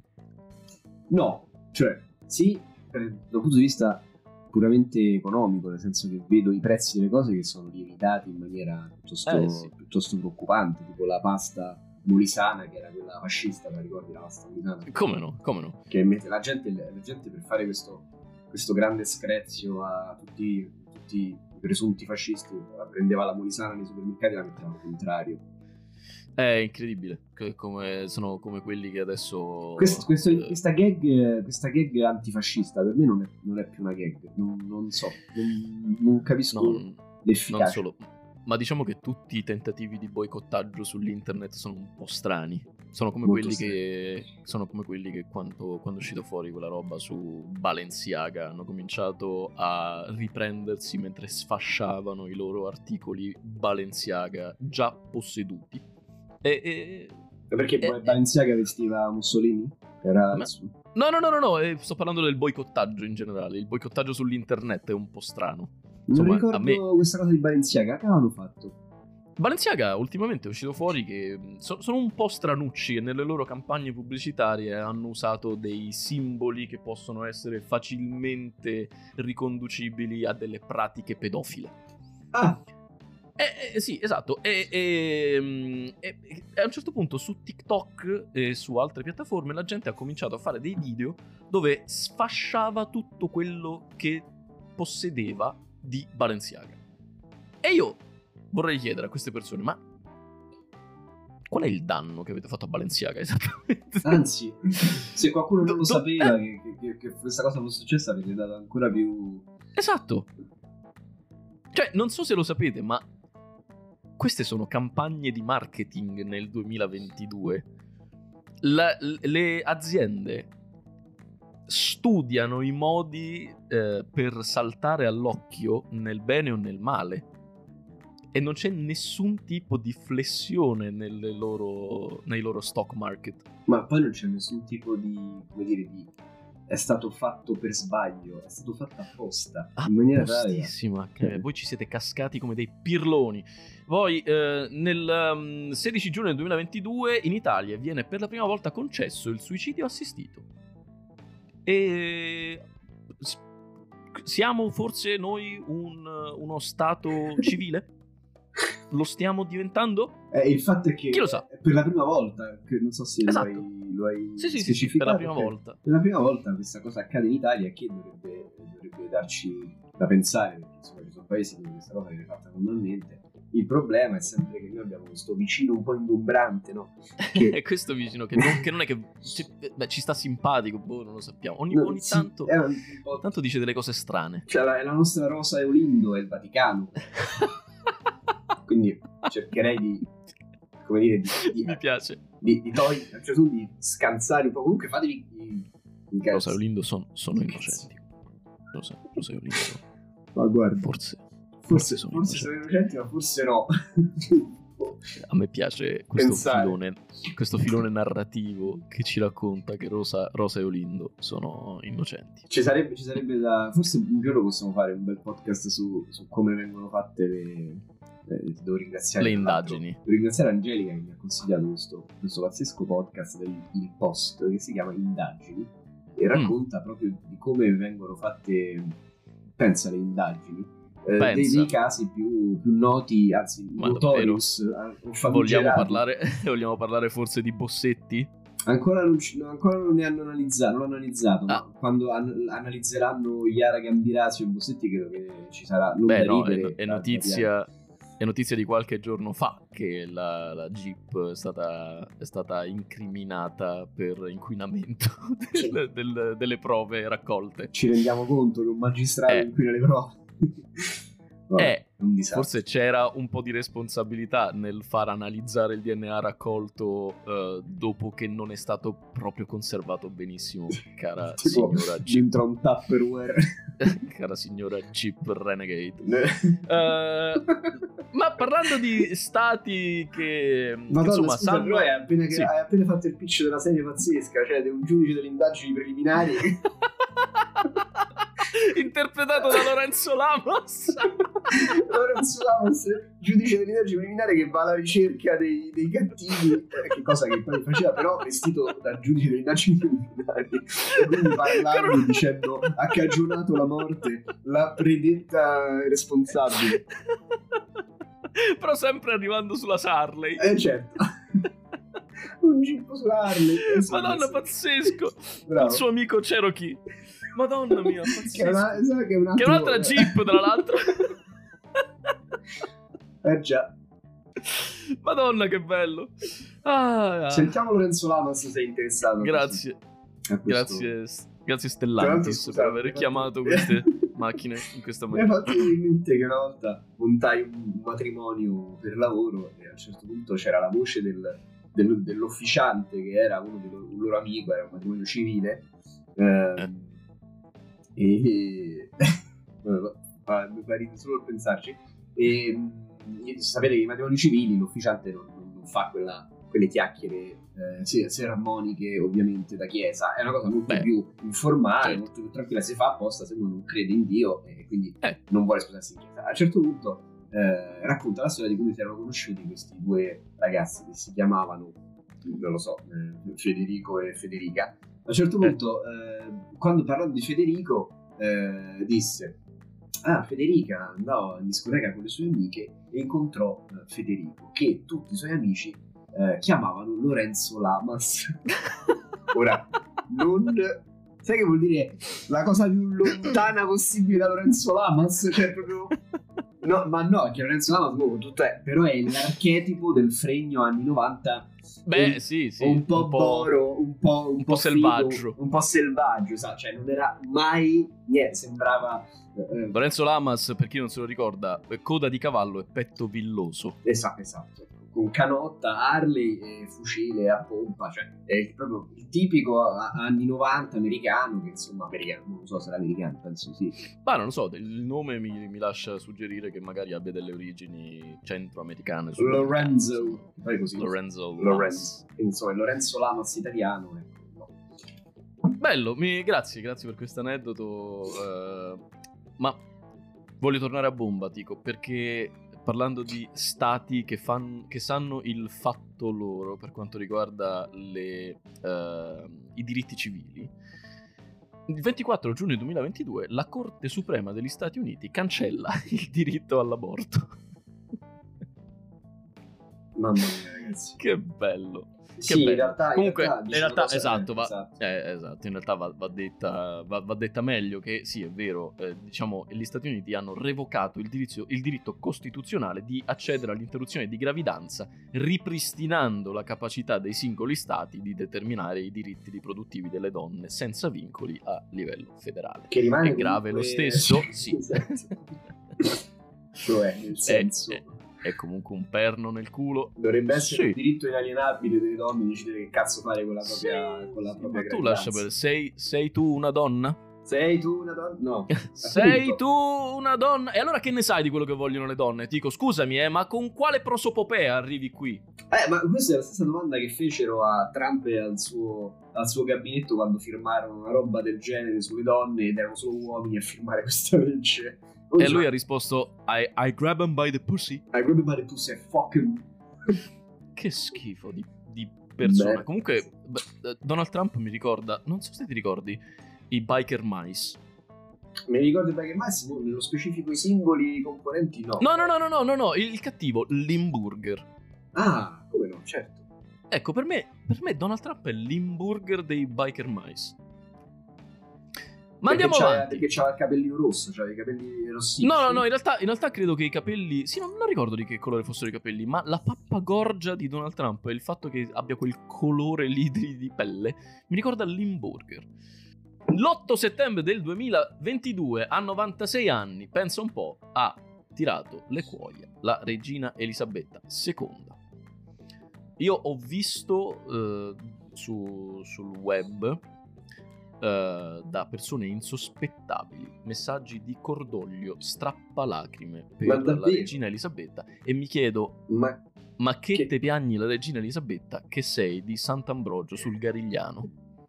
no, cioè, sì, dal punto di vista puramente economico, nel senso che vedo i prezzi delle cose che sono lievitati in maniera piuttosto, eh, sì. piuttosto preoccupante, tipo la pasta molisana, che era quella fascista, la ricordi la pasta molisana? Come no, come no? Che mette la gente, la gente per fare questo, questo grande screzio a tutti, tutti tutti i presunti fascisti, prendeva la Molisana nei supermercati e la metteva al contrario. È incredibile, come, sono come quelli che adesso... Questo, questo, questa, gag, questa gag antifascista per me non è, non è più una gag, non, non so, non, non capisco non, l'efficacia. Non solo, ma diciamo che tutti i tentativi di boicottaggio sull'internet sono un po' strani. Sono come Molto quelli strani. che sono come quelli che quando, quando è uscito fuori quella roba su Balenciaga hanno cominciato a riprendersi mentre sfasciavano i loro articoli Balenciaga già posseduti. E, e, Perché e, Balenciaga vestiva Mussolini? Era ma, su... no, no, no, no, no, eh, sto parlando del boicottaggio in generale. Il boicottaggio sull'internet è un po' strano. Insomma, non ricordo a me... questa cosa di Balenciaga, che avevano fatto? Balenciaga ultimamente è uscito fuori che so, sono un po' stranucci e nelle loro campagne pubblicitarie hanno usato dei simboli che possono essere facilmente riconducibili a delle pratiche pedofile. Ah! Eh, eh, sì, esatto. E, e, e, e a un certo punto su TikTok e su altre piattaforme la gente ha cominciato a fare dei video dove sfasciava tutto quello che possedeva di Balenciaga. E io vorrei chiedere a queste persone, ma qual è il danno che avete fatto a Balenciaga esattamente? Anzi, se qualcuno non lo Do- sapeva eh. che, che, che questa cosa fosse successa, avete dato ancora più... Esatto. Cioè, non so se lo sapete, ma queste sono campagne di marketing nel duemilaventidue. La, le aziende studiano i modi eh, per saltare all'occhio nel bene o nel male. E non c'è nessun tipo di flessione nelle loro, nei loro stock market. Ma poi non c'è nessun tipo di, come dire, di... è stato fatto per sbaglio, è stato fatto apposta, in maniera tale. Appostissima, che voi ci siete cascati come dei pirloni. Poi eh, nel um, sedici giugno del duemilaventidue in Italia viene per la prima volta concesso il suicidio assistito. E s- siamo forse noi un, uno stato civile? Lo stiamo diventando? Eh, il fatto è che Chi lo sa? è per la prima volta, che non so se Esatto. lo hai, lo hai Sì, sì, sì, sì, per specificato, la prima che volta. Per la prima volta questa cosa accade in Italia, che dovrebbe, dovrebbe darci da pensare, perché insomma ci sono paesi dove questa cosa viene fatta normalmente. Il problema è sempre che noi abbiamo questo vicino un po' ingombrante, no? Che... È questo vicino che non, che non è che ci, beh, ci sta simpatico, boh, non lo sappiamo. Ogni, No, ogni sì, tanto, è un po'... tanto dice delle cose strane. Cioè la, la nostra Rosa Eolindo è il Vaticano. Quindi cercherei di, come dire, di, di, Mi piace. di, di togliere, a un certo punto di scansare un po'. Comunque fatevi i, i cazzi. Rosa e Olindo son, sono I innocenti. Rosa, Rosa e Olindo, Ma guarda, forse, forse, sono forse sono innocenti, ma forse no. a me piace questo Pensare. filone, questo filone narrativo che ci racconta che Rosa, Rosa e Olindo sono innocenti. Ci sarebbe, ci sarebbe da... Forse un giorno possiamo fare un bel podcast su, su come vengono fatte le... Eh, devo ringraziare Le tra l'altro- indagini. Devo ringraziare Angelica che mi ha consigliato questo, questo pazzesco podcast del Il Post che si chiama Indagini e racconta Mm. proprio di come vengono fatte, pensa alle indagini, eh, Pensa. dei, dei casi più, più noti, anzi Ma notorious, eh, o Vogliamo famigerati. parlare, vogliamo parlare forse di Bossetti? Ancora non, ci- no, ancora non ne hanno analizzato, non l'hanno analizzato, Ah. ma quando an- analizzeranno Iara Gambirasio e Bossetti credo che ci sarà non Beh, da no, è, ridere, è da- da notizia, è notizia di qualche giorno fa che la, la Jeep è stata, è stata incriminata per inquinamento Sì. del- del- delle prove raccolte. ci rendiamo conto che un magistrato Eh. inquina le prove. Vabbè, Eh, è un disastro. Forse c'era un po' di responsabilità nel far analizzare il D N A raccolto eh, dopo che non è stato proprio conservato benissimo, cara Tipo, signora Jeep. dentro a un Tupperware. Cara signora Jeep Renegade. Eh, ma parlando di stati che, che Madonna, insomma scusa, sanno... però hai appena, Sì. hai appena fatto il pitch della serie pazzesca, cioè di un giudice delle indagini preliminari. interpretato da Lorenzo Lamos. Lorenzo Lamos, giudice delle indagini preliminari che va alla ricerca dei, dei cattivi, eh, che cosa che poi faceva, però vestito da giudice delle indagini preliminari, e quindi parlando Però- dicendo ha cagionato la morte la predetta responsabile. Però sempre arrivando sulla Sarley. Eh certo. Un gippo sulla Harley. Eh, sì, Madonna, sì. pazzesco. Bravo. Il suo amico Cherokee. Madonna mia, che, è una, che, è un che è un'altra Jeep, tra l'altro. Eh già. Madonna, che bello. Ah, sentiamo Lorenzo Lamas se sei interessato. Grazie. Grazie, grazie Stellantis scusate, per aver fatto... chiamato queste macchine in questa maniera. Mi ha fatto in mente che una volta montai un matrimonio per lavoro e a un certo punto c'era la voce del, del, dell'officiante che era uno di loro, un loro amico, era un matrimonio civile. Eh, eh. E mi fa ridere solo a pensarci. E sapete che i matrimoni civili l'ufficiante non, non fa quella, quelle chiacchiere eh, sì, sermoniche ovviamente da chiesa, è una cosa molto Beh, più informale, certo. molto più tranquilla, si fa apposta se uno non crede in Dio e quindi eh. non vuole sposarsi in chiesa. A un certo punto eh, racconta la storia di come si erano conosciuti questi due ragazzi che si chiamavano, non lo so, eh, Federico e Federica. A un certo punto eh, quando parlando di Federico eh, disse: ah, Federica andò in discoteca con le sue amiche e incontrò uh, Federico, che tutti i suoi amici uh, chiamavano Lorenzo Lamas. Ora, non... sai che vuol dire la cosa più lontana possibile da Lorenzo Lamas? Cioè, proprio... No, ma no, che Lorenzo Lamas boh, tutto è, però è l'archetipo del fregno anni novanta. Beh, un, sì, sì. Un po' un po', boro, un po', un un po', po' figo, selvaggio. Un po' selvaggio, sa? Cioè, non era mai... niente, sembrava... Eh, Lorenzo Lamas, per chi non se lo ricorda, coda di cavallo e petto villoso. Esatto, esatto. Con canotta, Harley e fucile a pompa, cioè è proprio il tipico anni novanta americano, che insomma americano, non so se era americano, penso sì. Ma non lo so, il nome mi, mi lascia suggerire che magari abbia delle origini centroamericane. Lorenzo, poi così. Lorenzo Lorenzo. Insomma, il Lorenzo Lamas italiano. Eh. No. Bello, mi, grazie, grazie per questo aneddoto. Uh, ma voglio tornare a bomba, Tico, perché parlando di stati che, fan, che sanno il fatto loro per quanto riguarda le, uh, i diritti civili, il ventiquattro giugno duemilaventidue la Corte Suprema degli Stati Uniti cancella il diritto all'aborto. Mamma mia, ragazzi. Che bello. Sì, che in realtà, comunque in realtà, in realtà cosa, esatto, eh, va, esatto. Eh, esatto, in realtà va, va, detta, va, va detta meglio che sì, è vero, eh, diciamo gli Stati Uniti hanno revocato il diritto, il diritto costituzionale di accedere all'interruzione di gravidanza, ripristinando la capacità dei singoli stati di determinare i diritti riproduttivi delle donne senza vincoli a livello federale. Che rimane è grave comunque... lo stesso, sì. Cioè, nel senso... È, è, è comunque un perno nel culo. Dovrebbe essere sì. un diritto inalienabile delle donne decidere che cazzo fare con la propria, sì, con la propria ma tu lascia per sei, sei tu una donna? Sei tu una donna? No. Sei tu una donna? E allora che ne sai di quello che vogliono le donne? Dico, scusami, eh, ma con quale prosopopea arrivi qui? Eh, ma questa è la stessa domanda che fecero a Trump e al suo, al suo gabinetto quando firmarono una roba del genere sulle donne ed erano solo uomini a firmare questa legge. E lui ha risposto I, I grab him by the pussy. I grab him by the pussy, fuck him. Che schifo di, di persona. Beh. Comunque Donald Trump mi ricorda, non so se ti ricordi, i biker mice. Mi ricordo i biker mice, nello specifico i singoli componenti no. No, no, no, no, no, no, no, il cattivo, l'Limburger. Ah, come no, certo. Ecco, per me, per me Donald Trump è l'Limburger dei biker mice. Ma perché andiamo c'ha, avanti. Perché c'ha il capellino rosso, c'ha i capelli rossicci. No, no, no, in realtà, in realtà credo che i capelli... Sì, non, non ricordo di che colore fossero i capelli, ma la pappagorgia di Donald Trump e il fatto che abbia quel colore lì di, di pelle mi ricorda l'Limburger. L'otto settembre del duemilaventidue, a novantasei anni, pensa un po', ha tirato le cuoia la regina Elisabetta seconda. Io ho visto eh, su, sul web... Uh, da persone insospettabili messaggi di cordoglio, strappalacrime per la regina Elisabetta e mi chiedo ma, ma che, che te piagni la regina Elisabetta che sei di Sant'Ambrogio sul Garigliano?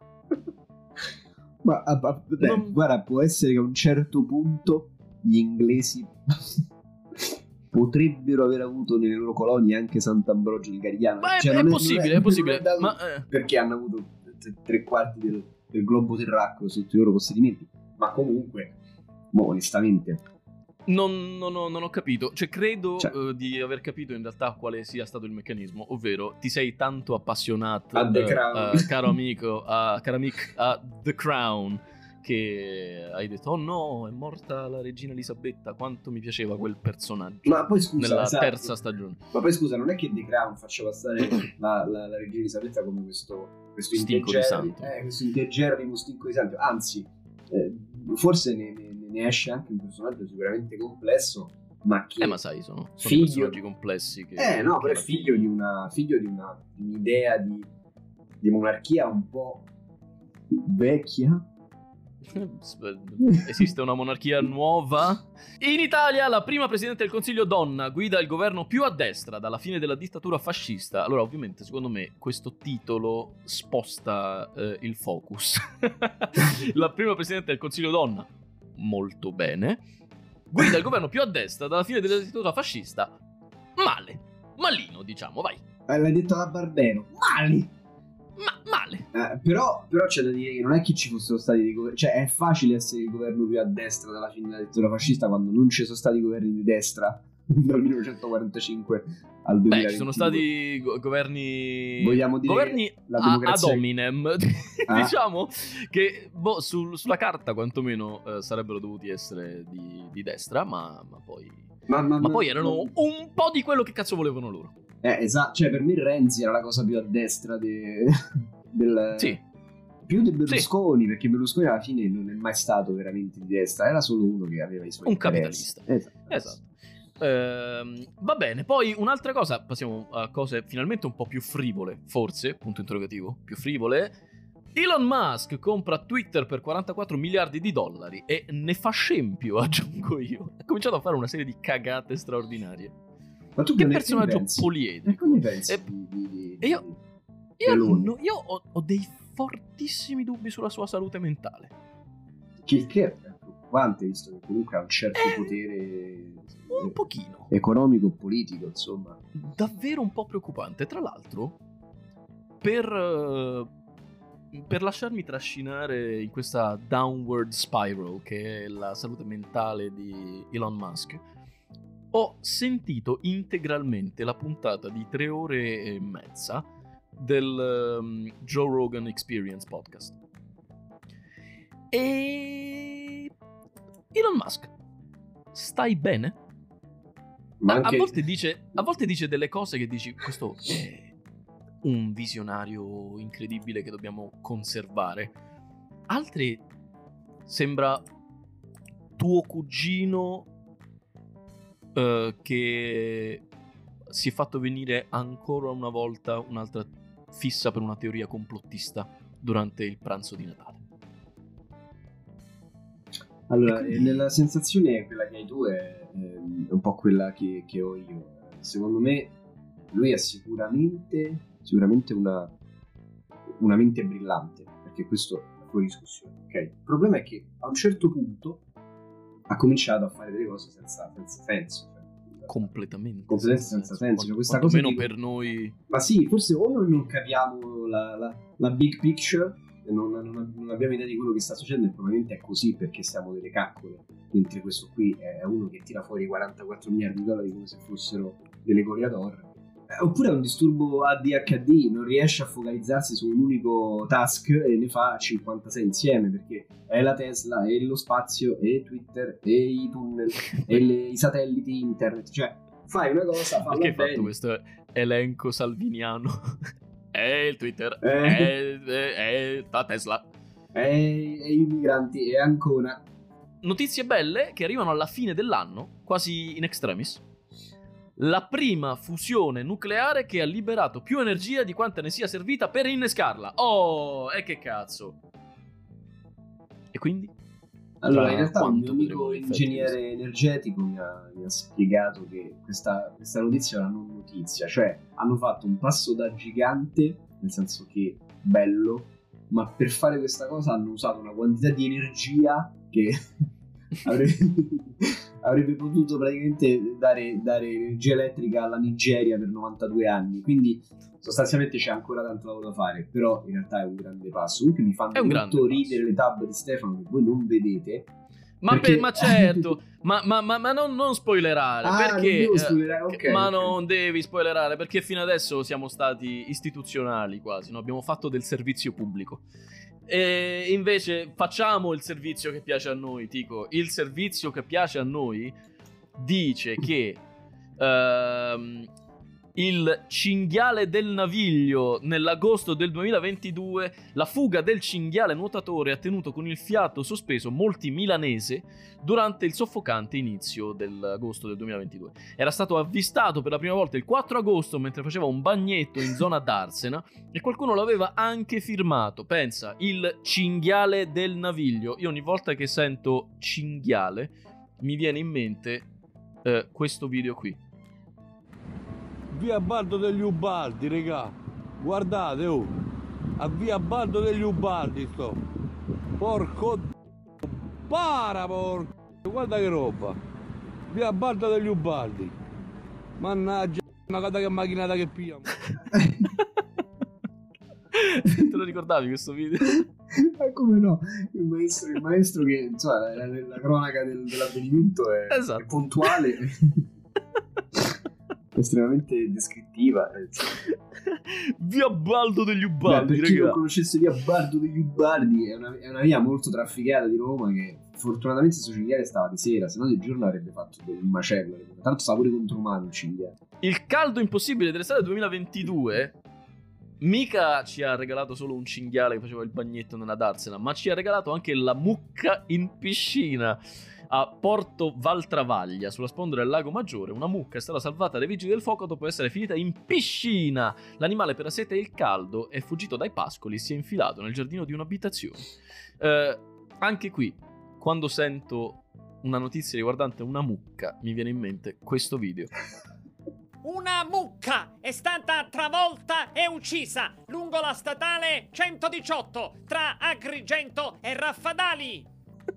ma ah, ah, beh, non... guarda, può essere che a un certo punto gli inglesi potrebbero aver avuto nelle loro colonie anche Sant'Ambrogio del Garigliano. Ma cioè, è, è, è possibile, è, è possibile, da... ma, eh... perché hanno avuto t- tre quarti del del globo terracqueo sotto i loro possedimenti, ma comunque, boh, onestamente non, non, ho, non ho capito, cioè credo cioè, uh, di aver capito in realtà quale sia stato il meccanismo, ovvero ti sei tanto appassionato a The uh, Crown, uh, caro amico, uh, caro amico, a The Crown, che hai detto oh no, è morta la regina Elisabetta, quanto mi piaceva quel personaggio. Ma poi scusa, nella esatto. terza stagione. Ma poi scusa, non è che The Crown faccia passare la, la, la regina Elisabetta come questo, questo stinco di santo, eh, questo integerrimo stinco di santo, anzi eh, forse ne, ne, ne esce anche un personaggio sicuramente complesso, ma che eh ma sai sono, sono figlio... personaggi complessi che, eh no, che però è figlio di una figlio di una di un'idea di, di monarchia un po' vecchia. Esiste una monarchia nuova? In Italia la prima presidente del Consiglio donna guida il governo più a destra dalla fine della dittatura fascista. Allora ovviamente secondo me questo titolo sposta eh, il focus. La prima presidente del Consiglio donna, molto bene, guida il governo più a destra dalla fine della dittatura fascista. Male, malino diciamo, vai. eh, L'hai detto alla Barbero, male. Ma male. Eh, però, però c'è da dire che non è che ci fossero stati dei governi, cioè è facile essere il governo più a destra dalla fine della dittatura fascista quando non ci sono stati governi di destra dal millenovecentoquarantacinque al duemilaventidue. Beh, ci sono stati go- governi vogliamo dire governi la a- democrazia... ad hominem ah. diciamo che boh, sul, sulla carta quantomeno eh, sarebbero dovuti essere di, di destra, ma, ma poi ma, ma, ma ma poi erano ma... un po' di quello che cazzo volevano loro. Eh, esatto, cioè per me Renzi era la cosa più a destra de... del... Sì. Più di Berlusconi, sì. Perché Berlusconi alla fine non è mai stato veramente di destra, era solo uno che aveva i suoi un interessi. Capitalista. Esatto. Esatto. Ehm, va bene, poi un'altra cosa, passiamo a cose finalmente un po' più frivole, forse, punto interrogativo, più frivole. Elon Musk compra Twitter per quarantaquattro miliardi di dollari e ne fa scempio, aggiungo io. Ha cominciato a fare una serie di cagate straordinarie. Ma tu che personaggio poliedrico. E come pensi? E, di, di, di, e io, io, no, io ho, ho dei fortissimi dubbi sulla sua salute mentale. Che, che è preoccupante, visto che comunque ha un certo eh, potere un pochino economico politico, insomma. Davvero un po' preoccupante. Tra l'altro, per, per lasciarmi trascinare in questa downward spiral che è la salute mentale di Elon Musk, ho sentito integralmente la puntata di tre ore e mezza del um, Joe Rogan Experience podcast. E Elon Musk, stai bene? Ma a, anche... a volte dice, a volte dice delle cose che dici, questo è un visionario incredibile che dobbiamo conservare. Altri sembra tuo cugino Uh, che si è fatto venire ancora una volta un'altra fissa per una teoria complottista durante il pranzo di Natale. Allora, quindi... nella sensazione quella che hai tu è, è un po' quella che, che ho io. Secondo me lui ha sicuramente sicuramente una, una mente brillante, perché questo è fuori discussione, ok? Il problema è che a un certo punto ha cominciato a fare delle cose senza, senza senso, cioè, completamente completamente senza senso, cioè, questa cosa meno di... per noi. Ma sì, forse o noi non capiamo la, la, la big picture e non, non, non abbiamo idea di quello che sta succedendo, e probabilmente è così perché siamo delle caccole, mentre questo qui è uno che tira fuori quarantaquattro miliardi di dollari come se fossero delle Goliator. Eh, oppure è un disturbo A D H D, non riesce a focalizzarsi su un unico task e ne fa cinquantasei insieme, perché è la Tesla, è lo spazio, è Twitter, è i tunnel, e le, i satelliti internet, cioè fai una cosa, falla perché hai bene. fatto questo elenco salviniano? È il Twitter, eh. è, è, è la Tesla, è, è i migranti, è Ancona. Notizie belle che arrivano alla fine dell'anno, quasi in extremis. La prima fusione nucleare che ha liberato più energia di quanta ne sia servita per innescarla. Oh, e che cazzo. E quindi? Allora, in realtà un mio amico ingegnere energetico mi ha, mi ha spiegato che questa, questa notizia è una non notizia, cioè hanno fatto un passo da gigante, nel senso che bello, ma per fare questa cosa hanno usato una quantità di energia che avrebbe, avrebbe potuto praticamente dare, dare energia elettrica alla Nigeria per novantadue anni, quindi sostanzialmente c'è ancora tanto lavoro da fare, però in realtà è un grande passo. Comunque mi fanno molto ridere le tab di Stefano che voi non vedete. Ma, perché... per, ma certo, ma, ma, ma, ma non, non spoilerare, ah, perché non spoilerare. Okay, ma okay. non devi spoilerare, perché fino adesso siamo stati istituzionali quasi, no? Abbiamo fatto del servizio pubblico. E invece facciamo il servizio che piace a noi, Tico. Il servizio che piace a noi dice che ehm, il cinghiale del Naviglio nell'agosto del duemilaventidue, la fuga del cinghiale nuotatore ha tenuto con il fiato sospeso molti milanesi durante il soffocante inizio dell'agosto del duemilaventidue. Era stato avvistato per la prima volta il quattro agosto mentre faceva un bagnetto in zona d'Arsena e qualcuno l'aveva anche firmato. Pensa, il cinghiale del Naviglio. Io ogni volta che sento cinghiale mi viene in mente eh, questo video qui. Via Baldo degli Ubaldi, regà. Guardate, oh. A via Baldo degli Ubaldi sto. Porco d***o. Para, porco. Guarda che roba. Via Baldo degli Ubaldi. Mannaggia, una cosa che macchinata che pia. Te lo ricordavi questo video? Ma come no? Il maestro, il maestro che, insomma, la, la cronaca del, dell'avvenimento è, esatto. È puntuale. Estremamente descrittiva. Via Baldo degli Ubaldi. Beh, per chi non conoscesse via Baldo degli Ubaldi, è una, è una via molto trafficata di Roma che fortunatamente questo cinghiale stava di sera, se no di giorno avrebbe fatto un macello. Tanto stava pure contro mano il cinghiale. Il caldo impossibile dell'estate duemilaventidue mica ci ha regalato solo un cinghiale che faceva il bagnetto nella Darsena, ma ci ha regalato anche la mucca in piscina. A Porto Valtravaglia, sulla sponda del Lago Maggiore, una mucca è stata salvata dai vigili del fuoco dopo essere finita in piscina. L'animale, per la sete e il caldo, è fuggito dai pascoli e si è infilato nel giardino di un'abitazione. Eh, anche qui, quando sento una notizia riguardante una mucca, mi viene in mente questo video. Una mucca è stata travolta e uccisa lungo la statale centodiciotto tra Agrigento e Raffadali.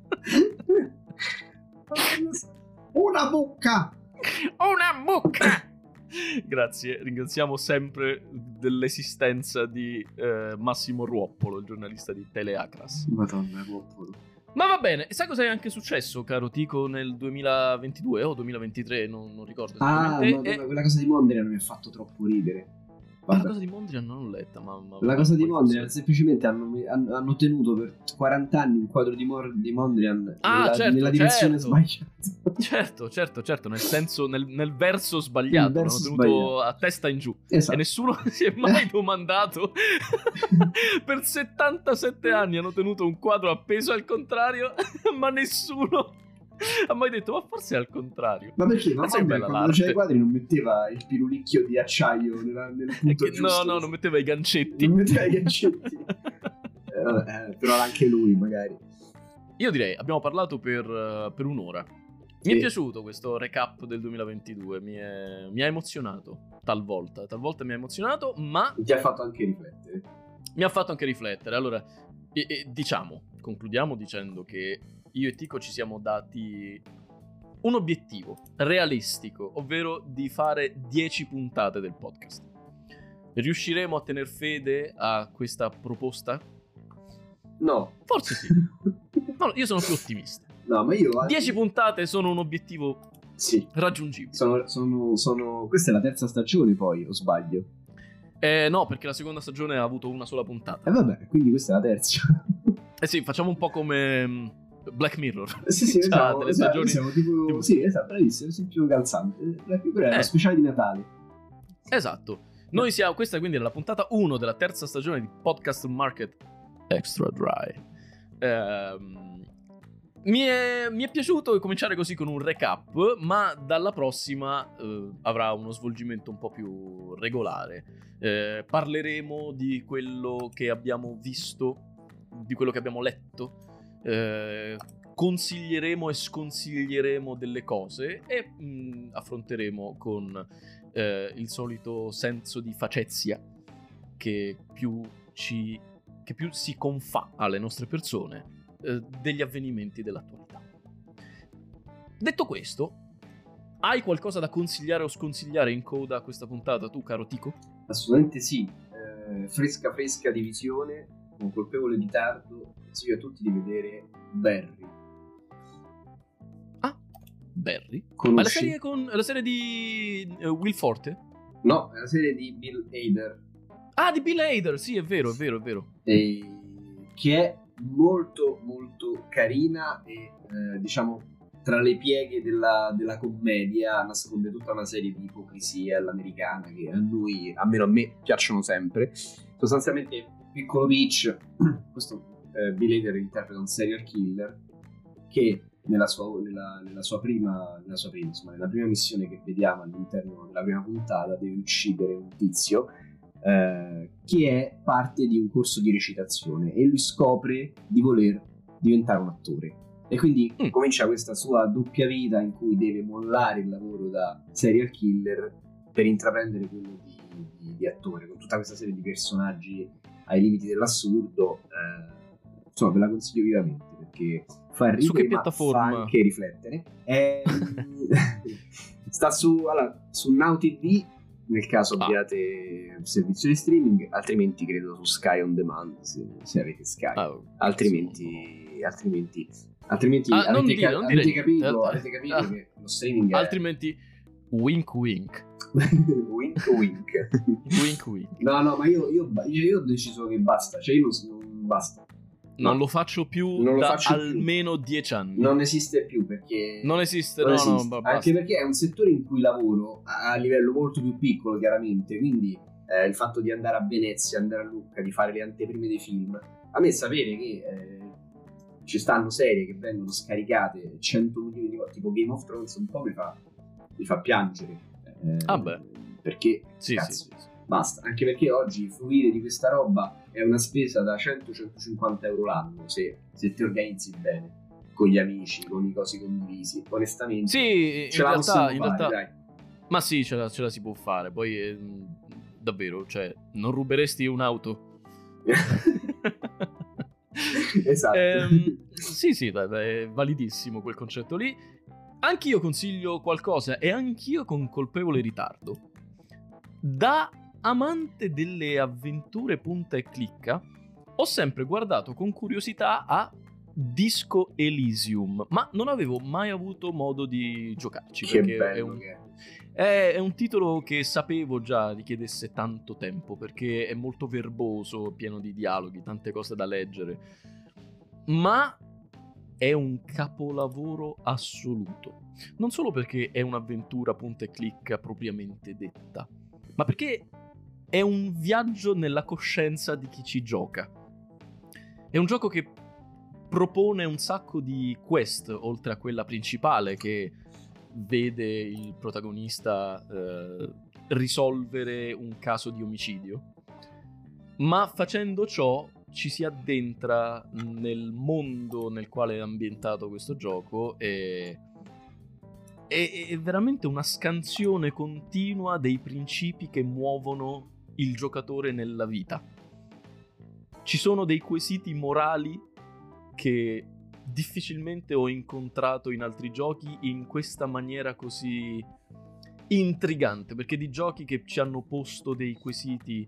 Una mucca! Una mucca! Grazie, ringraziamo sempre dell'esistenza di eh, Massimo Ruoppolo, il giornalista di Teleacras. Madonna, Ruoppolo. Ma va bene, sai cosa è anche successo, caro Tico, nel duemilaventidue o duemilaventitré, non, non ricordo Ah, esattamente. ma, e... quella cosa di Mondrian mi ha fatto troppo ridere. La cosa di Mondrian non l'ho letta, ma... ma la cosa di Mondrian, semplicemente hanno, hanno tenuto per quaranta anni un quadro di, Mor- di Mondrian ah, nella, certo, nella direzione certo. sbagliata. Certo, certo, certo, nel senso, nel, nel verso sbagliato, verso l'hanno tenuto sbagliato. a testa in giù. Esatto. E nessuno si è mai domandato, per settantasette anni hanno tenuto un quadro appeso al contrario, ma nessuno... ha mai detto, ma forse è al contrario. Ma perché? Ma Sai, Mondrian, bella quando l'arte. c'era i quadri non metteva il pirulicchio di acciaio nella, nel punto Che- giusto. no, no, non metteva i gancetti. Non metteva i gancetti. eh, vabbè, eh, però anche lui magari. Io direi, abbiamo parlato per, uh, per un'ora. Mi Sì. è piaciuto questo recap del duemilaventidue, mi, è- mi ha emozionato, talvolta, talvolta mi ha emozionato, ma Ti ha fatto anche riflettere. mi ha fatto anche riflettere. Allora, e- e diciamo, concludiamo dicendo che io e Tico ci siamo dati un obiettivo realistico, ovvero di fare dieci puntate del podcast. Riusciremo a tener fede a questa proposta? No. Forse sì. No, io sono più ottimista. No, ma io... dieci puntate sono un obiettivo Sì. raggiungibile. Sono, sono, sono... Questa è la terza stagione poi, o sbaglio? Eh, no, perché la seconda stagione ha avuto una sola puntata. E eh, vabbè, quindi questa è la terza. Eh sì, facciamo un po' come mm, Black Mirror. Sì, sì, C'ha esatto, delle esatto, stagioni- siamo tipo... tipo- Sì, esatto, bravissimo, sei più calzante. La più breve, Eh. lo speciale di Natale. Esatto. Noi siamo, questa quindi è la puntata uno della terza stagione di Podcast Market Extra Dry. Ehm, mi, è, mi è piaciuto cominciare così con un recap, ma dalla prossima eh, avrà uno svolgimento un po' più regolare. Eh, parleremo di quello che abbiamo visto, di quello che abbiamo letto, eh, consiglieremo e sconsiglieremo delle cose e mh, affronteremo con eh, il solito senso di facezia che più ci che più si confà alle nostre persone eh, degli avvenimenti dell'attualità. Detto questo, hai qualcosa da consigliare o sconsigliare in coda a questa puntata tu, caro Tico? Assolutamente sì. Eh, fresca fresca di visione, un colpevole ritardo. Consiglio a tutti di vedere Barry. Ah, Barry? Ma Conosci? la serie con la serie di eh, Will Forte? No, è la serie di Bill Hader. Ah, di Bill Hader, sì, è vero, è vero, è vero. E che è molto molto carina e eh, diciamo tra le pieghe della, della commedia nasconde tutta una serie di ipocrisie all'americana che a noi, almeno a me, piacciono sempre. Sostanzialmente Piccolo Peach, questo eh, Bill Hader interpreta un serial killer che nella sua, nella, nella sua prima nella sua prima, insomma, nella prima missione che vediamo all'interno della prima puntata deve uccidere un tizio eh, che è parte di un corso di recitazione e lui scopre di voler diventare un attore. E quindi mm. comincia questa sua doppia vita in cui deve mollare il lavoro da serial killer per intraprendere quello di, di, di attore, con tutta questa serie di personaggi ai limiti dell'assurdo. Eh, insomma, ve la consiglio vivamente perché fa ridere, su che ma piattaforma? Fa anche riflettere. Eh, sta su, allora, su Now T V, nel caso ah. abbiate il servizio di streaming, altrimenti credo su Sky On Demand, se, se avete Sky. Ah, altrimenti... altrimenti Altrimenti ah, avete, non ca- dire, non avete dire capito, niente. avete capito Ah. che lo streaming è... Altrimenti wink wink. wink wink. Wink wink. No, no, ma io, io, io ho deciso che basta. Cioè io non, non basta. Non No. lo faccio più Non lo da faccio più. almeno dieci anni. Non esiste più perché... Non esiste, non no, esiste. no, basta. Anche perché è un settore in cui lavoro a, a livello molto più piccolo, chiaramente. Quindi eh, il fatto di andare a Venezia, andare a Lucca, di fare le anteprime dei film. A me sapere che... Eh, ci stanno serie che vengono scaricate cento milioni di volte, tipo Game of Thrones, un po' mi fa, mi fa piangere. Eh, ah beh. Perché, sì, cazzo, sì, sì. basta. Anche perché oggi fruire di questa roba è una spesa da cento centocinquanta euro l'anno, se, se ti organizzi bene, con gli amici, con i cosi condivisi. Onestamente, sì, ce in la realtà, in fare, realtà dai. Ma sì, ce la, ce la si può fare. Poi, eh, davvero, cioè, non ruberesti un'auto? Esatto. Ehm, sì, sì, dai, è validissimo quel concetto lì. Anch'io consiglio qualcosa e anch'io con colpevole ritardo. Da amante delle avventure punta e clicca, ho sempre guardato con curiosità a Disco Elysium, ma non avevo mai avuto modo di giocarci. Che perché bello è un, che è. È, è un titolo che sapevo già richiedesse tanto tempo, perché è molto verboso, pieno di dialoghi, tante cose da leggere. Ma è un capolavoro assoluto. Non solo perché è un'avventura punta e clicca propriamente detta, ma perché è un viaggio nella coscienza di chi ci gioca. È un gioco che propone un sacco di quest, oltre a quella principale che vede il protagonista eh, risolvere un caso di omicidio, ma facendo ciò ci si addentra nel mondo nel quale è ambientato questo gioco e è, è veramente una scansione continua dei principi che muovono il giocatore nella vita. Ci sono dei quesiti morali che difficilmente ho incontrato in altri giochi in questa maniera così intrigante, perché di giochi che ci hanno posto dei quesiti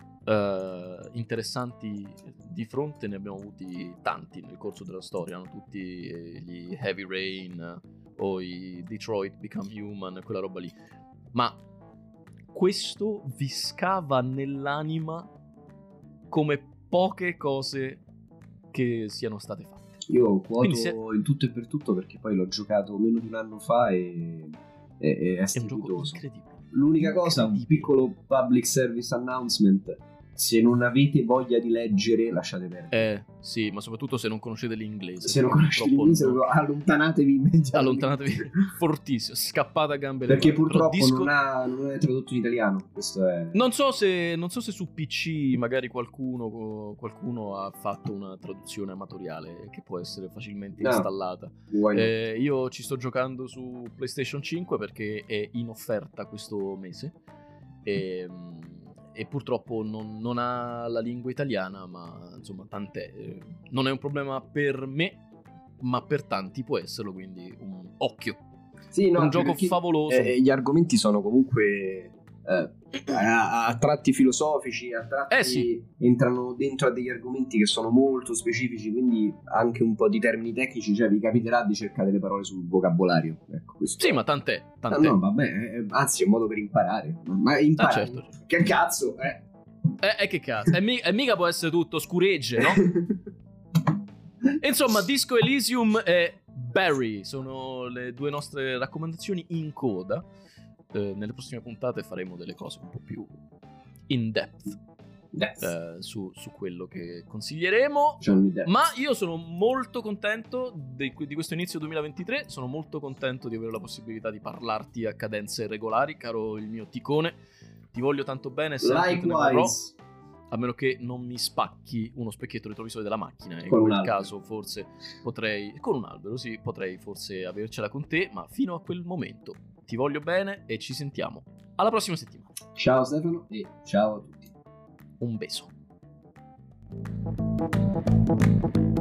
uh, interessanti di fronte ne abbiamo avuti tanti nel corso della storia, no? Tutti gli Heavy Rain o i Detroit Become Human, quella roba lì, ma questo vi scava nell'anima come poche cose che siano state fatte. Io quoto se... in tutto e per tutto perché poi l'ho giocato meno di un anno fa e è, è, è un gioco strepitoso. incredibile. L'unica cosa, un piccolo public service announcement: se non avete voglia di leggere, lasciate perdere. Eh, sì, ma soprattutto se non conoscete l'inglese. Se non conoscete l'inglese, no. allontanatevi immediatamente. Allontanatevi fortissimo, scappate a gambe le perché mani. purtroppo disco... non, ha, non è tradotto in italiano. Questo è... Non so se, non so se su P C magari qualcuno, qualcuno ha fatto una traduzione amatoriale che può essere facilmente no. installata. Eh, io ci sto giocando su PlayStation cinque perché è in offerta questo mese e, e purtroppo non, non ha la lingua italiana, ma insomma tant'è. Non è un problema per me, ma per tanti può esserlo, quindi un occhio. Sì, no, un gioco favoloso. Eh, gli argomenti sono comunque eh, a, a tratti filosofici, a tratti eh sì. entrano dentro a degli argomenti che sono molto specifici, quindi anche un po' di termini tecnici, cioè vi capiterà di cercare le parole sul vocabolario. Ecco, questo sì, è. ma tant'è, tant'è. No, no, vabbè, eh, anzi è un modo per imparare. Ma imparare, ah, certo. Che cazzo, eh? Eh, eh che cazzo, e, mi- e mica può essere tutto scuregge, no? Insomma, Disco Elysium e Barry sono le due nostre raccomandazioni in coda. Eh, nelle prossime puntate faremo delle cose un po' più in depth eh, su, su quello che consiglieremo. Ma io sono molto contento di, di questo inizio duemilaventitré. Sono molto contento di avere la possibilità di parlarti a cadenze regolari, caro il mio ticone. Ti voglio tanto bene, sempre te ne vorrò, a meno che non mi spacchi uno specchietto retrovisore della macchina. In quel caso forse potrei, con un albero sì, potrei forse avercela con te, ma fino a quel momento ti voglio bene e ci sentiamo alla prossima settimana. Ciao Stefano e ciao a tutti. Un beso.